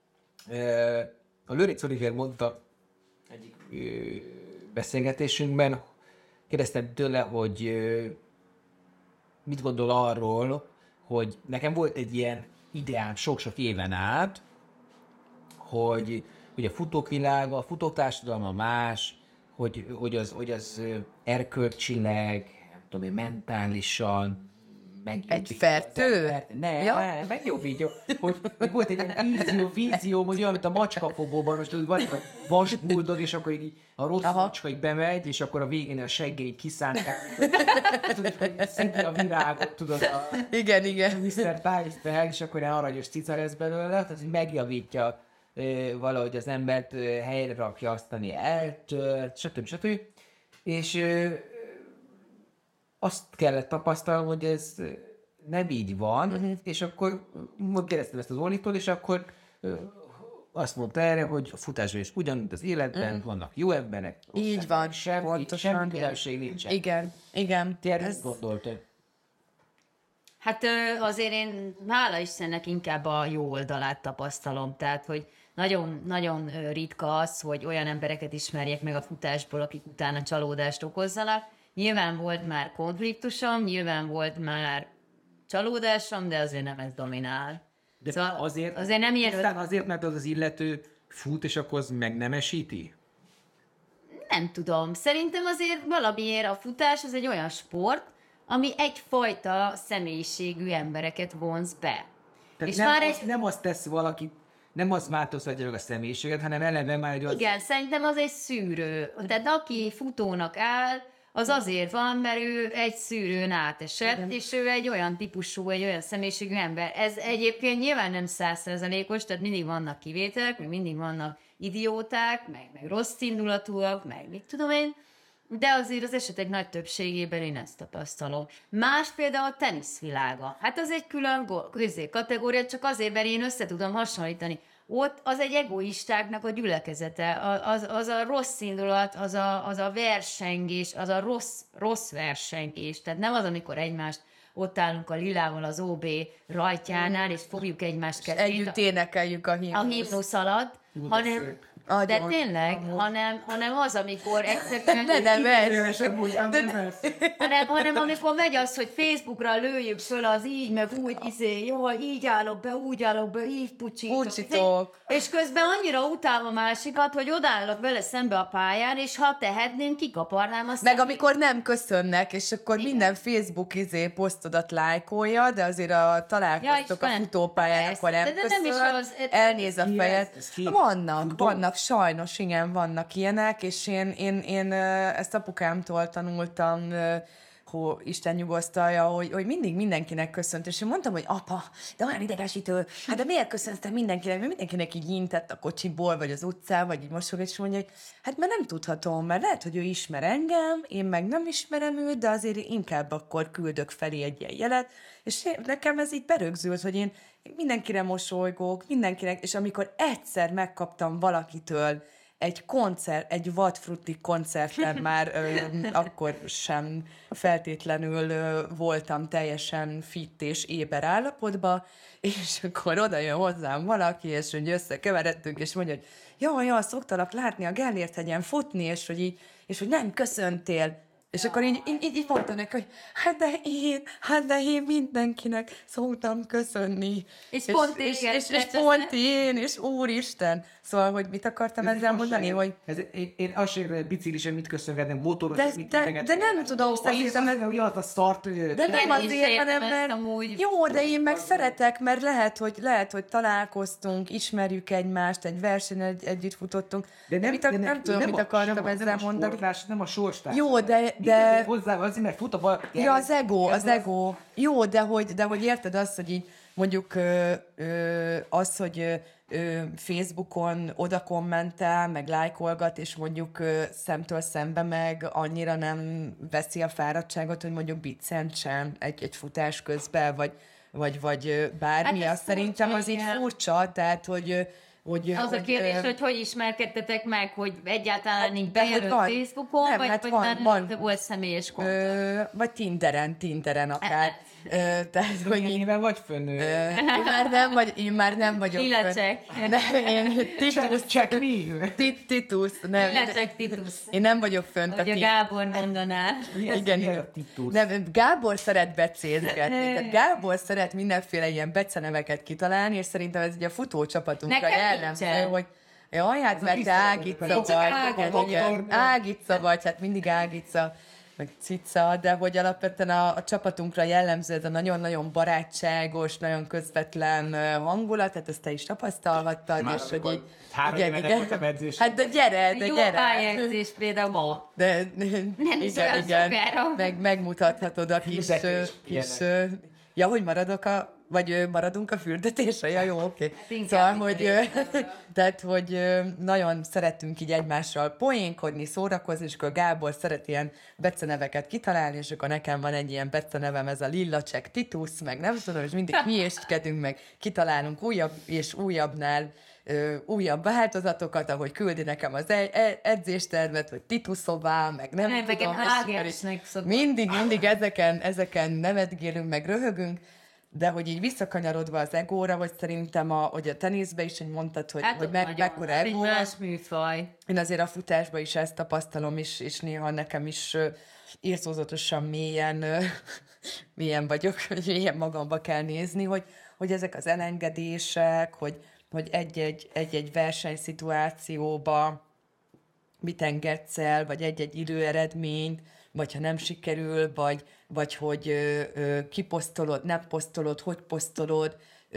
a Lőrinc Olivér mondta egyik beszélgetésünkben, kérdeztem tőle, hogy mit gondol arról, hogy nekem volt egy ilyen ideám sok-sok éven át, hogy a futók világa, a futók társadalma más, hogy az erkölcsileg, nem tudom én, mentálisan, egy fertő? Megjobbítja. Hogy volt egy ilyen vízió, hogy olyan, mint a macskafogóban, most van egy vasbuldog, és akkor így a rossz macska így bemegy, és akkor a végén a seggé így kiszántják. Tudod, hogy szedi a virágot, tudod, igen. Mr. Pice-tel, és akkor ilyen aranyos cica lesz belőle, tehát ez megjavítja valahogy az embert, helyre rakja, aztán eltört, stb. És azt kellett tapasztalnom, hogy ez nem így van, és akkor kérdeztem ezt az Olitól, és akkor azt mondta erre, hogy a futásban is ugyanúgy az életben vannak jó emberek. Így van, semmi különbség nincsen. Igen. Ti erre ezt gondoltad? Hát azért én, hála Istennek, inkább a jó oldalát tapasztalom, tehát, hogy nagyon, nagyon ritka az, hogy olyan embereket ismerjek meg a futásból, akik utána csalódást okozzanak. Nyilván volt már konfliktusom, nyilván volt már csalódásom, de azért nem ez dominál. De szóval azért nem ilyen... Aztán azért, mert az illető fut, és akkor az megnemesíti? Nem tudom. Szerintem azért valamiért a futás az egy olyan sport, ami egyfajta személyiségű embereket vonz be. Tehát és nem azt tesz valaki, nem az változtatja meg a személyiséget, hanem eleve már egy... Igen, szerintem az egy szűrő. Tehát aki futónak áll, az azért van, mert ő egy szűrőn átesett, és ő egy olyan típusú, egy olyan személyiségű ember. Ez egyébként nyilván nem 100%-os, tehát mindig vannak kivételek, meg mindig vannak idióták, meg rossz indulatúak, meg mit tudom én, de azért az esetek nagy többségében én ezt tapasztalom. Más például a teniszvilága. Hát az egy külön kategória, csak azért, mert én össze tudom hasonlítani. Ott az egy egoistáknak a gyülekezete, az a rossz indulat, az a versengés, az a rossz versengés. Tehát nem az, amikor egymást ott állunk a lilával az OB rajtjánál, és fogjuk egymást kezét. Együtt énekeljük a himnusz alatt, de tényleg, hanem az, amikor egyszerűen... hanem amikor megy az, hogy Facebookra lőjük föl az így, meg úgy, így állok be, így pucsítok. És közben annyira utálom a másikat, hogy odállok vele szembe a pályán, és ha tehetném, kikaparnám azt. Meg amikor nem köszönnek, és akkor minden Facebook posztodat lájkolja, de azért találkoztok a futópályán, akkor nem köszön, elnéz a fejed. Vannak sajnos igen, vannak ilyenek, és én ezt apukámtól tanultam, Isten nyugosztalja, hogy mindig mindenkinek köszönt, és én mondtam, hogy apa, de olyan idegesítő, hát de miért köszönsz te mindenkinek, mert mindenkinek így intett a kocsiból, vagy az utcán, vagy így mosogat, és mondja, hogy hát mert nem tudhatom, mert lehet, hogy ő ismer engem, én meg nem ismerem őt, de azért inkább akkor küldök felé egy ilyen jelet, és nekem ez így berögzült, hogy én mindenkire mosolygok, mindenkinek, és amikor egyszer megkaptam valakitől egy vadfrutti koncerten már akkor sem feltétlenül voltam teljesen fit és éber állapotban, és akkor oda jön hozzám valaki, és hogy összekeveredtünk, és mondja, hogy jaj, szoktalak látni a Gellért-hegyen futni, és hogy nem köszöntél. És akkor így mondtam neki, hogy hát de én mindenkinek szoktam köszönni. És pont én, és úristen. Szóval, hogy mit akartam ezzel mondani, hogy... Én azt sem biciklisen mit köszöngetem, motoros, de nem tudom, szerintem... Az a szart... De nem azért, hanem mert... Jó, de én meg szeretek, mert lehet, hogy találkoztunk, ismerjük egymást, egy versenyen együtt futottunk. De nem tudom, mit akartam ezzel mondani. Nem a sorstás. Jó, de... Hozzá azért, mert fut a bal... Ja, az ego. Jó, de hogy érted azt, hogy így mondjuk az, hogy Facebookon oda kommentál, meg lájkolgat, és mondjuk szemtől szembe meg annyira nem veszi a fáradtságot, hogy mondjuk biccentsen egy futás közben, vagy bármi, hát azt szerintem az így furcsa, tehát, hogy az a kérdés, hogy ismerkedtetek meg, hogy egyáltalán így bejön a Facebookon, vagy van, volt személyes kontakt? Vagy Tinderen akár. Tehát, hogy én vagy fönn. Én már nem vagyok fönn. Én Titus. Én nem vagyok fönn. Hogy a Gábor mondaná. Igen. Gábor szeret becézgetni. Gábor szeret mindenféle ilyen beceneveket kitalálni, és szerintem ez ugye a futócsapatunkra jellemző, hogy jaj, hát mert te Ágica vagy, hát mindig Ágica, meg Cica, de hogy alapvetően a csapatunkra jellemző ez a nagyon-nagyon barátságos, nagyon közvetlen hangulat, tehát ezt te is tapasztalhattad, és hogy így... 3 éve voltam edzés. Hát de gyere! Jó pályázés például ma. Igen. Megmutathatod a kis... Ja, hogy maradunk a fürdetésre? Ja, jó, oké. Szóval, hogy nagyon szeretünk így egymással poénkodni, szórakozni, és akkor Gábor szeret ilyen beceneveket kitalálni, és akkor nekem van egy ilyen becenevem, ez a Lillacsek Titus, meg nem tudom, és mindig hülyéskedünk, meg kitalálunk újabb és újabbnál újabb változatokat, ahogy küldi nekem az edzéstervet, hogy Tituszová, meg nem tudom. Mindig ezeken nevetgélünk, meg röhögünk, de hogy így visszakanyarodva az egóra, vagy szerintem hogy a teniszbe is, hogy mondtad, hogy mekkora egó. Más műfaj. Én azért a futásban is ezt tapasztalom, és néha nekem is érzózatosan mélyen vagyok, hogy mélyen magamba kell nézni, hogy ezek az elengedések, hogy egy versenyszituációba mit engedsz el, vagy egy időeredményt, vagy ha nem sikerül, vagy hogy kiposztolod, nem posztolod, hogy posztolod,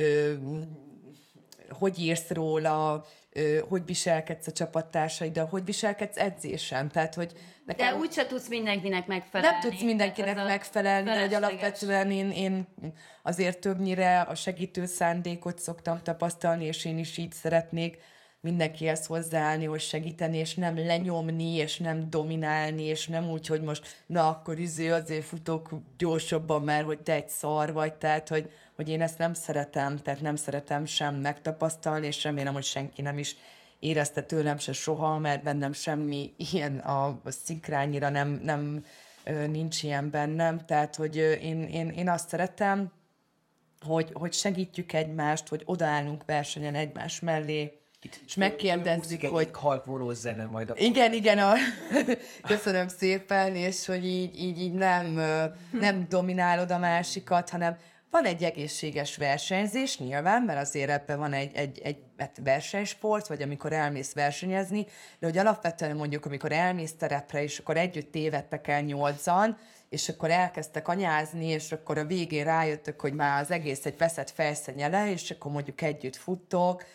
hogy írsz róla, hogy viselkedsz a csapattársaid, hogy viselkedsz edzésen. Tehát, hogy de úgyse tudsz mindenkinek megfelelni. Nem tudsz mindenkinek megfelelni, de hogy alapvetően én azért többnyire a segítő szándékot szoktam tapasztalni, és én is így szeretnék mindenkihez hozzáállni, hogy segíteni, és nem lenyomni, és nem dominálni, és nem úgy, hogy most akkor azért futok gyorsabban, mert hogy te egy szar vagy, tehát, hogy én ezt nem szeretem, tehát nem szeretem sem megtapasztalni, és remélem, hogy senki nem is érezte tőlem se soha, mert bennem semmi ilyen a szikrányira nem nincs ilyen bennem, tehát, hogy én azt szeretem, hogy segítjük egymást, hogy odaállunk versenyen egymás mellé, és megkérdezzük, hogy... halkvoró zene majd a... Igen, köszönöm szépen, és hogy így nem dominálod a másikat, hanem van egy egészséges versenyzés, nyilván, mert azért ebben van egy versenysport, vagy amikor elmész versenyezni, de hogy alapvetően mondjuk, amikor elmész terepre, és akkor együtt tévedtek el 8-an, és akkor elkezdtek anyázni, és akkor a végén rájöttök, hogy már az egész egy veszett fejszennyele, és akkor mondjuk együtt futtok,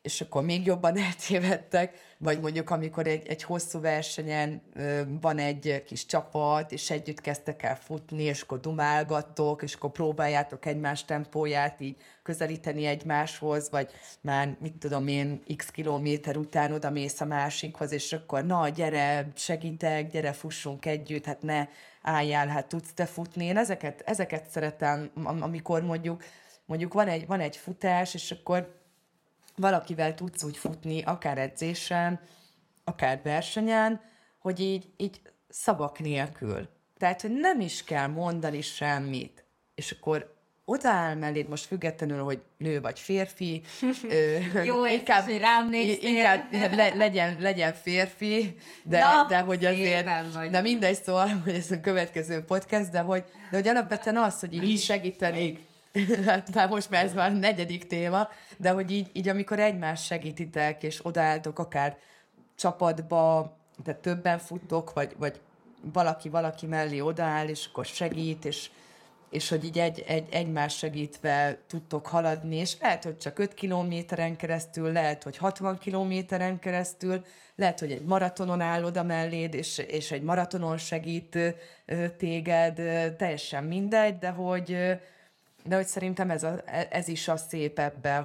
és akkor még jobban eltévedtek, vagy mondjuk amikor egy hosszú versenyen van egy kis csapat, és együtt kezdtek el futni, és akkor dumálgattok, és akkor próbáljátok egymás tempóját így közelíteni egymáshoz, vagy már, mit tudom én, x kilométer után oda mész a másikhoz, és akkor na, gyere, segítek, gyere, fussunk együtt, hát ne álljál, hát tudsz te futni. Én ezeket szeretem, amikor mondjuk van egy futás, és akkor valakivel tudsz úgy futni, akár edzésen, akár versenyen, hogy így szavak nélkül. Tehát, hogy nem is kell mondani semmit. És akkor odaáll melléd, most függetlenül, hogy nő vagy férfi. Jó, inkább rám inkább legyen férfi, de hogy azért... De mindegy, szóval, hogy ez a következő podcast, de hogy alapvetően az, hogy így segítenék. Hát már most már ez már 4. téma, de hogy így amikor egymást segítitek, és odaálltok akár csapatba, de többen futtok, vagy valaki mellé odaáll, és akkor segít, és hogy így egymás segítve tudtok haladni, és lehet, hogy csak 5 kilométeren keresztül, lehet, hogy 60 kilométeren keresztül, lehet, hogy egy maratonon áll oda melléd, és egy maratonon segít téged, teljesen mindegy, de hogy szerintem ez is a szép ebben,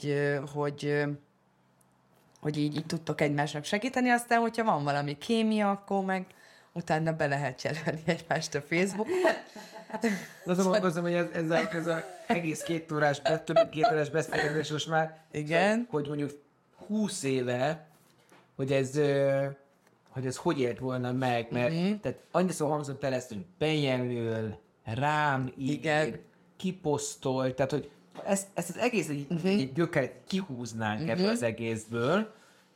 hogy így tudtok egymásnak segíteni, aztán, hogyha van valami kémia, akkor meg utána be lehet jelölni egymást a Facebookon. Azon gondolom, hogy ez az egész 2 órás, több mint 2 órás beszélgetés most már, igen, hogy mondjuk 20 éve, hogy ez hogy élt volna meg, mert tehát annyiszor hangzott el ezt, hogy bejelöl, rám ír, kiposztol, tehát hogy ezt az egész egy gyökeret kihúznánk ebből az egészből,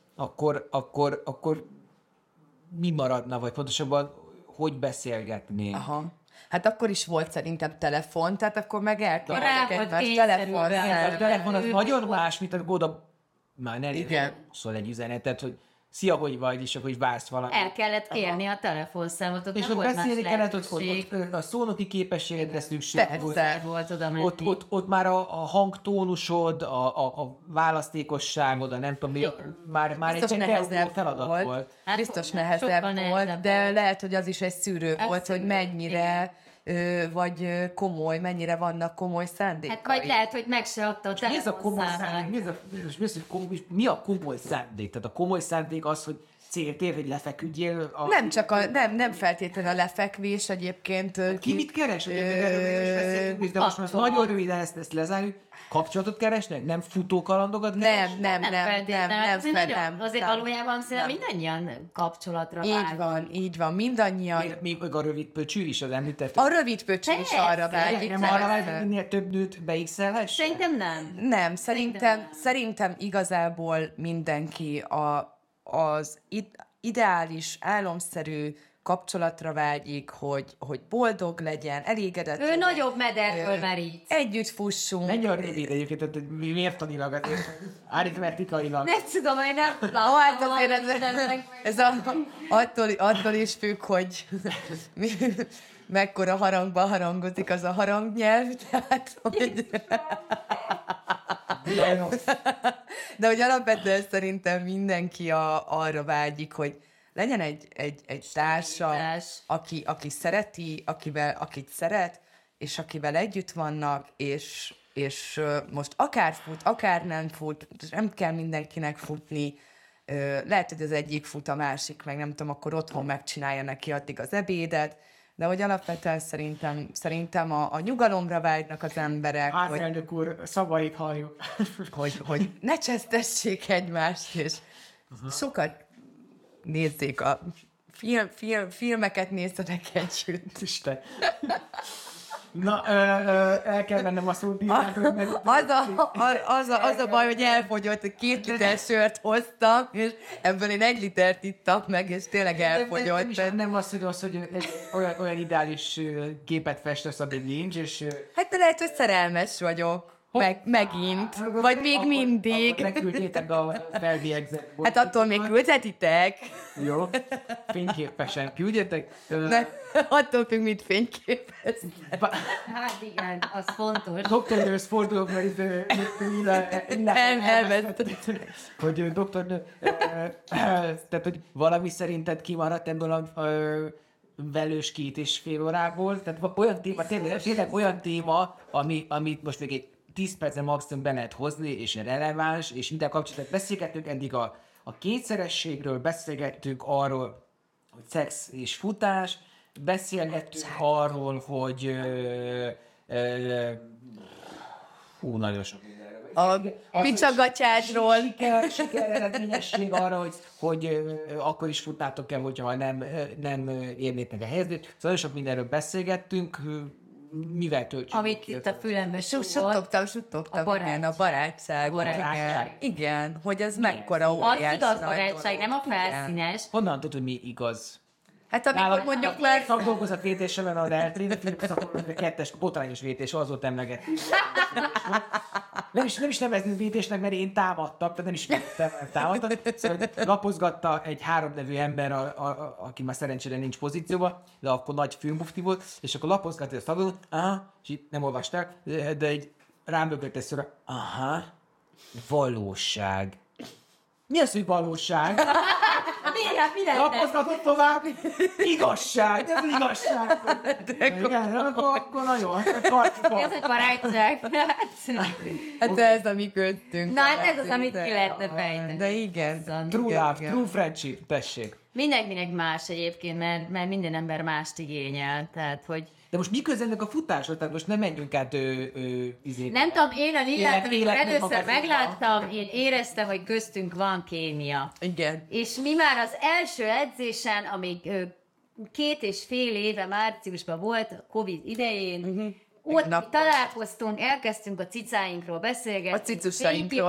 akkor mi maradna, vagy pontosabban hogy beszélgetnénk? Aha. Hát akkor is volt szerintem telefon, tehát akkor meg elkértek egymást telefon. A telefon az nagyon más, mint amikor oda már nem szól egy üzenetet, hogy szia, hogy vagy, és akkor vársz valamit. El kellett kérni a telefonszámot, ott és ott beszélni kellett, ott a szónoki képességedre szükség volt. Ott már a hangtónusod, a választékosságod, a nem tudom, már biztos egy nehezebb feladat volt. Hát biztos nehezebb volt, de lehet, hogy az is egy szűrő volt, hogy mennyire vagy komoly, mennyire vannak komoly szándékai. Hát vagy lehet, hogy meg se adta a telefonszámát. Mi a komoly szándék? Tehát a komoly szándék az, hogy célt ér, hogy lefeküdjél? Nem csak nem feltétlenül a lefekvés egyébként. Ki mit keres? De most már nagyon röviden ezt lezárjuk. Kapcsolatot keresnek? Nem futókalandokat keresnek? Nem. Azért valójában szerintem mindannyian kapcsolatra vágyunk. Így van, mindannyian. Még a rövid pöcsű is az említett. A rövid pöcsű is arra vágyik. Nem arra vágyik, hogy minél több nőt beixelhess? Szerintem nem. Nem, szerintem igazából mindenki az ideális, álomszerű kapcsolatra vágyik, hogy boldog legyen, elégedett legyen. Ő nagyobb mederből merít. Együtt fussunk. Nagyon rövid egyébként, hogy mértanilag, aritmetikailag. Nem tudom, én nem ez attól is függ, hogy mekkora harangban harangozik az a harangnyelv, tehát hogy... De hogy alapvetően szerintem mindenki arra vágyik, hogy legyen egy társa, aki szereti, akit szeret, és akivel együtt vannak, és most akár fut, akár nem fut, nem kell mindenkinek futni, lehet, hogy az egyik fut, a másik, meg nem tudom, akkor otthon megcsinálja neki addig az ebédet, de hogy alapvetően szerintem a nyugalomra vágynak az emberek. Elnök úr, szavait halljuk. hogy ne csesztessék egymást, és sokat nézzék a filmeket, nézzenek együtt. Isten. Na, el kell mennem a szódíjákra, mert... Az a baj, hogy elfogyott, 2 liter sört hoztam, és ebből én 1 litert ittam meg, és tényleg elfogyott. Nem az, hogy olyan ideális képet festesz, ami nincs, és... Hát de lehet, hogy szerelmes vagyok. megint. Vagy még mindig. Megküldjétek a felvélegzett. Hát attól még küldhetitek. Jó. Fényképesen küldjetek. Attól függ, mit fényképez. Hát igen, az fontos. Doktornőhöz fordulok, mert elveszett. Hogy doktornő, tehát, hogy valami szerinted kimaradt ebből a velős 2,5 órából. Tehát olyan téma, tényleg olyan téma, amit most még egy 10 percen maximum be lehet hozni, és releváns, és minden kapcsolatban beszélgettünk eddig a kétszerességről, beszélgettünk arról, hogy szex és futás, beszélgettünk arról, hogy nagyon sok a picsagatyásról. Siker eredményesség arra, hogy akkor is futnátok el, hogyha nem érnétek a helyzetét. Szóval sok mindenről beszélgettünk, mivel töltjük. Amit itt a fülembe suttogtam, a barátság. Igen, hogy ez mekkora óriás. Az igaz barátság, nem a felszínes. Honnan tudod, hogy mi igaz? Hát amikor mondjuk már... Szakdolgozat vétésemen a eltréve, kettes botrányos vétés, az volt emleget. Nem is nevezném vétésnek, mert én támadtam, tehát nem is támadtam. Szóval lapozgatta egy 3 nevű ember, aki már szerencsére nincs pozícióban, de akkor nagy főmufti volt, és akkor lapozgatta a szakdolgozat, és itt nem olvasták, de egy rám bögött egy szóra, valóság. Mi az, hogy valóság? Lapozgatott tovább, igazság, ez igazság. Igen, akkor nagyon. Ez egy barátság. Hát ez a mi köztünk. Na, hát ez az, amit ki lehetne fejteni. De igen. True love, true friendship, tessék. Mindenkinek más egyébként, mert minden ember mást igényel, tehát hogy... De most mi ennek a futásra? Tehát most nem menjünk át Nem tudom, én a Lillát, amikor először megláttam, én éreztem, hogy köztünk van kémia. Igen. És mi már az első edzésen, amíg 2,5 éve márciusban volt, a Covid idején, ott mi találkoztunk, elkezdtünk a cicáinkról beszélgetni. A cicusainkról.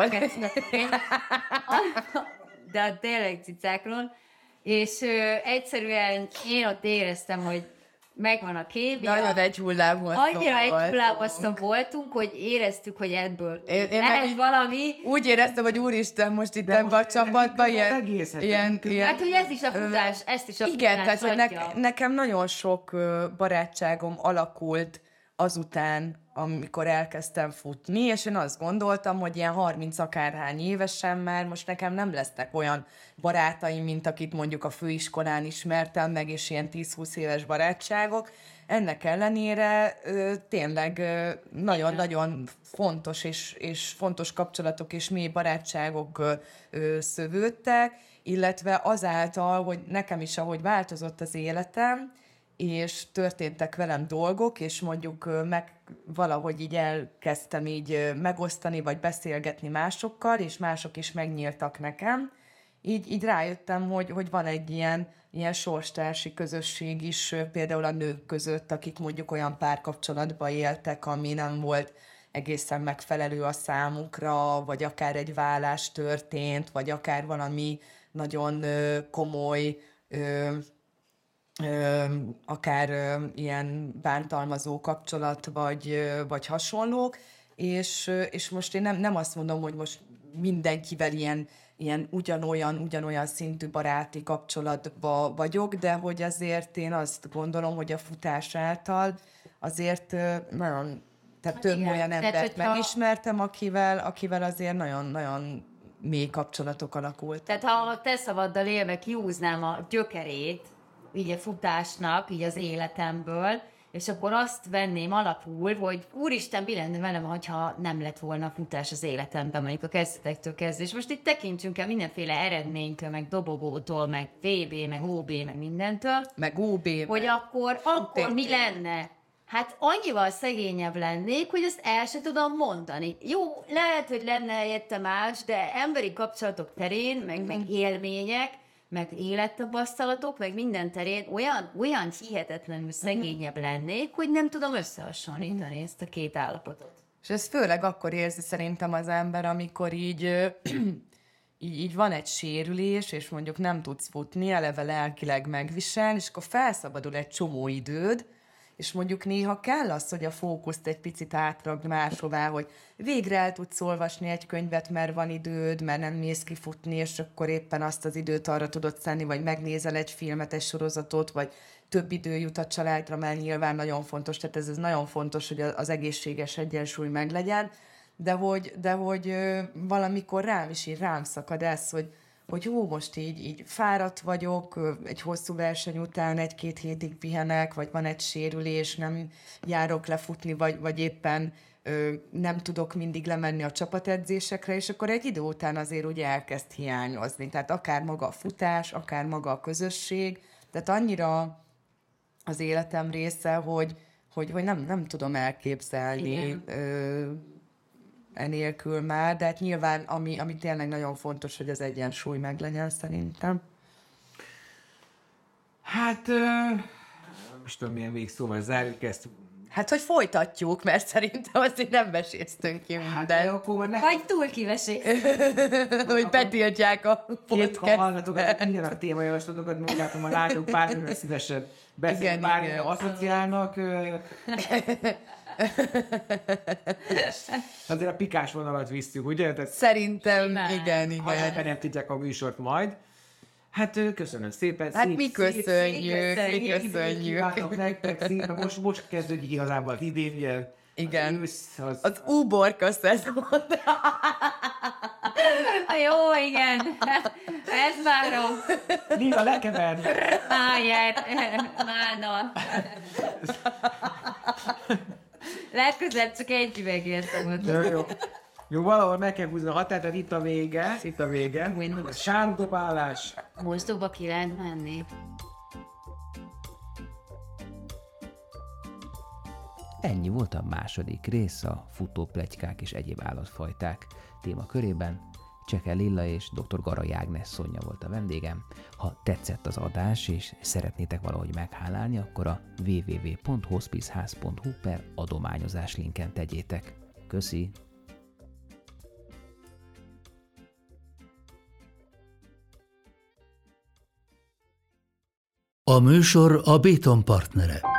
De tényleg cicákról. És egyszerűen én ott éreztem, hogy megvan a kémia. Nagyon egyhullámúan annyira egyhullámúan voltunk, hogy éreztük, hogy ebből lehet valami. Úgy éreztem, hogy úristen, most itt ebben a csapatban ilyen... Hát, hogy ez is a futás, ezt is a igen, futás. Igen, tehát nekem nagyon sok barátságom alakult azután, amikor elkezdtem futni, és én azt gondoltam, hogy ilyen 30 akárhány évesen már most nekem nem lesznek olyan barátaim, mint akit mondjuk a főiskolán ismertem meg, és ilyen 10-20 éves barátságok. Ennek ellenére tényleg nagyon-nagyon fontos és fontos kapcsolatok és mély barátságok szövődtek, illetve azáltal, hogy nekem is, ahogy változott az életem, és történtek velem dolgok, és mondjuk valahogy így elkezdtem így megosztani, vagy beszélgetni másokkal, és mások is megnyíltak nekem. Így rájöttem, hogy van egy ilyen sorstársi közösség is, például a nők között, akik mondjuk olyan párkapcsolatban éltek, ami nem volt egészen megfelelő a számukra, vagy akár egy vállás történt, vagy akár valami nagyon komoly akár ilyen bántalmazó kapcsolat, vagy hasonlók, és most én nem azt mondom, hogy most mindenkivel ilyen ugyanolyan szintű baráti kapcsolatban vagyok, de hogy azért én azt gondolom, hogy a futás által azért nagyon, tehát több olyan embert megismertem, akivel azért nagyon mély kapcsolatok alakult. Tehát ha a te szavaddal élve kihúznám a gyökerét, így a futásnak, így az életemből, és akkor azt venném alapul, hogy úristen, mi lenne velem, hogyha nem lett volna a futás az életemben, mondjuk a kezdetektől kezdve. És most itt tekintsünk el mindenféle eredménytől, meg dobogótól, meg VB, meg OB, meg mindentől. Meg OB. Hogy akkor mi lenne? Hát annyival szegényebb lennék, hogy ezt el sem tudom mondani. Jó, lehet, hogy lenne helyette más, de emberi kapcsolatok terén, meg élmények, meg élettapasztalatok, meg minden terén olyan hihetetlenül szegényebb lennék, hogy nem tudom összehasonlítani ezt a két állapotot. És ez főleg akkor érzi szerintem az ember, amikor így van egy sérülés, és mondjuk nem tudsz futni, eleve lelkileg megviselni, és akkor felszabadul egy csomó időd, És mondjuk néha kell az, hogy a fókuszt egy picit átragd máshová, hogy végre el tudsz olvasni egy könyvet, mert van időd, mert nem mész kifutni, és akkor éppen azt az időt arra tudod szenni, vagy megnézel egy filmet, egy sorozatot, vagy több idő jut a családra, mert nyilván nagyon fontos, tehát ez nagyon fontos, hogy az egészséges egyensúly meglegyen, de hogy valamikor rám szakad ez, hogy most így fáradt vagyok, egy hosszú verseny után 1-2 hétig pihenek, vagy van egy sérülés, nem járok lefutni, vagy éppen nem tudok mindig lemenni a csapatedzésekre, és akkor egy idő után azért ugye elkezd hiányozni. Tehát akár maga a futás, akár maga a közösség, tehát annyira az életem része, hogy nem tudom elképzelni enélkül már, de hát nyilván, ami tényleg nagyon fontos, hogy az egyensúly meglegyen szerintem. Hát, most tudom, milyen végszóval zárjuk ezt. Hát, hogy folytatjuk, mert szerintem azért nem veséztünk ki minden. Hát, akkor vagy túl kivesés. Hogy betiltják a podcast. Ha hallgatok, minden a témajavaslatokat, mondjátok, a lányok pártőre szívesen beszél, bármilyen asszociálnak. Azért a pikás vonalat visszük, ugye? Tehát szerintem, igen. Ha nem tudják a műsort majd. Hát köszönöm szépen. Hát mi köszönjük. Most kezdődik igazából az idén, ugye? Igen. Az uborka szezon. Jó, igen. Ez várom. Lila, lekeverni. Mána. Legközelebb csak egy üvegért mondom. Jó, valahol meg kell húzni a határt, tehát itt a vége. Sárdobálás. Mozdóba ki lehet menni. Ennyi volt a második rész, a futópletykák és egyéb állatfajták témakörében. Cseke Lilla és dr. Garai Ágnes Szonya volt a vendégem. Ha tetszett az adás és szeretnétek valahogy meghálálni, akkor a www.hospiceház.hu/adományozás linken tegyétek. Köszi! A műsor a Béton partnere.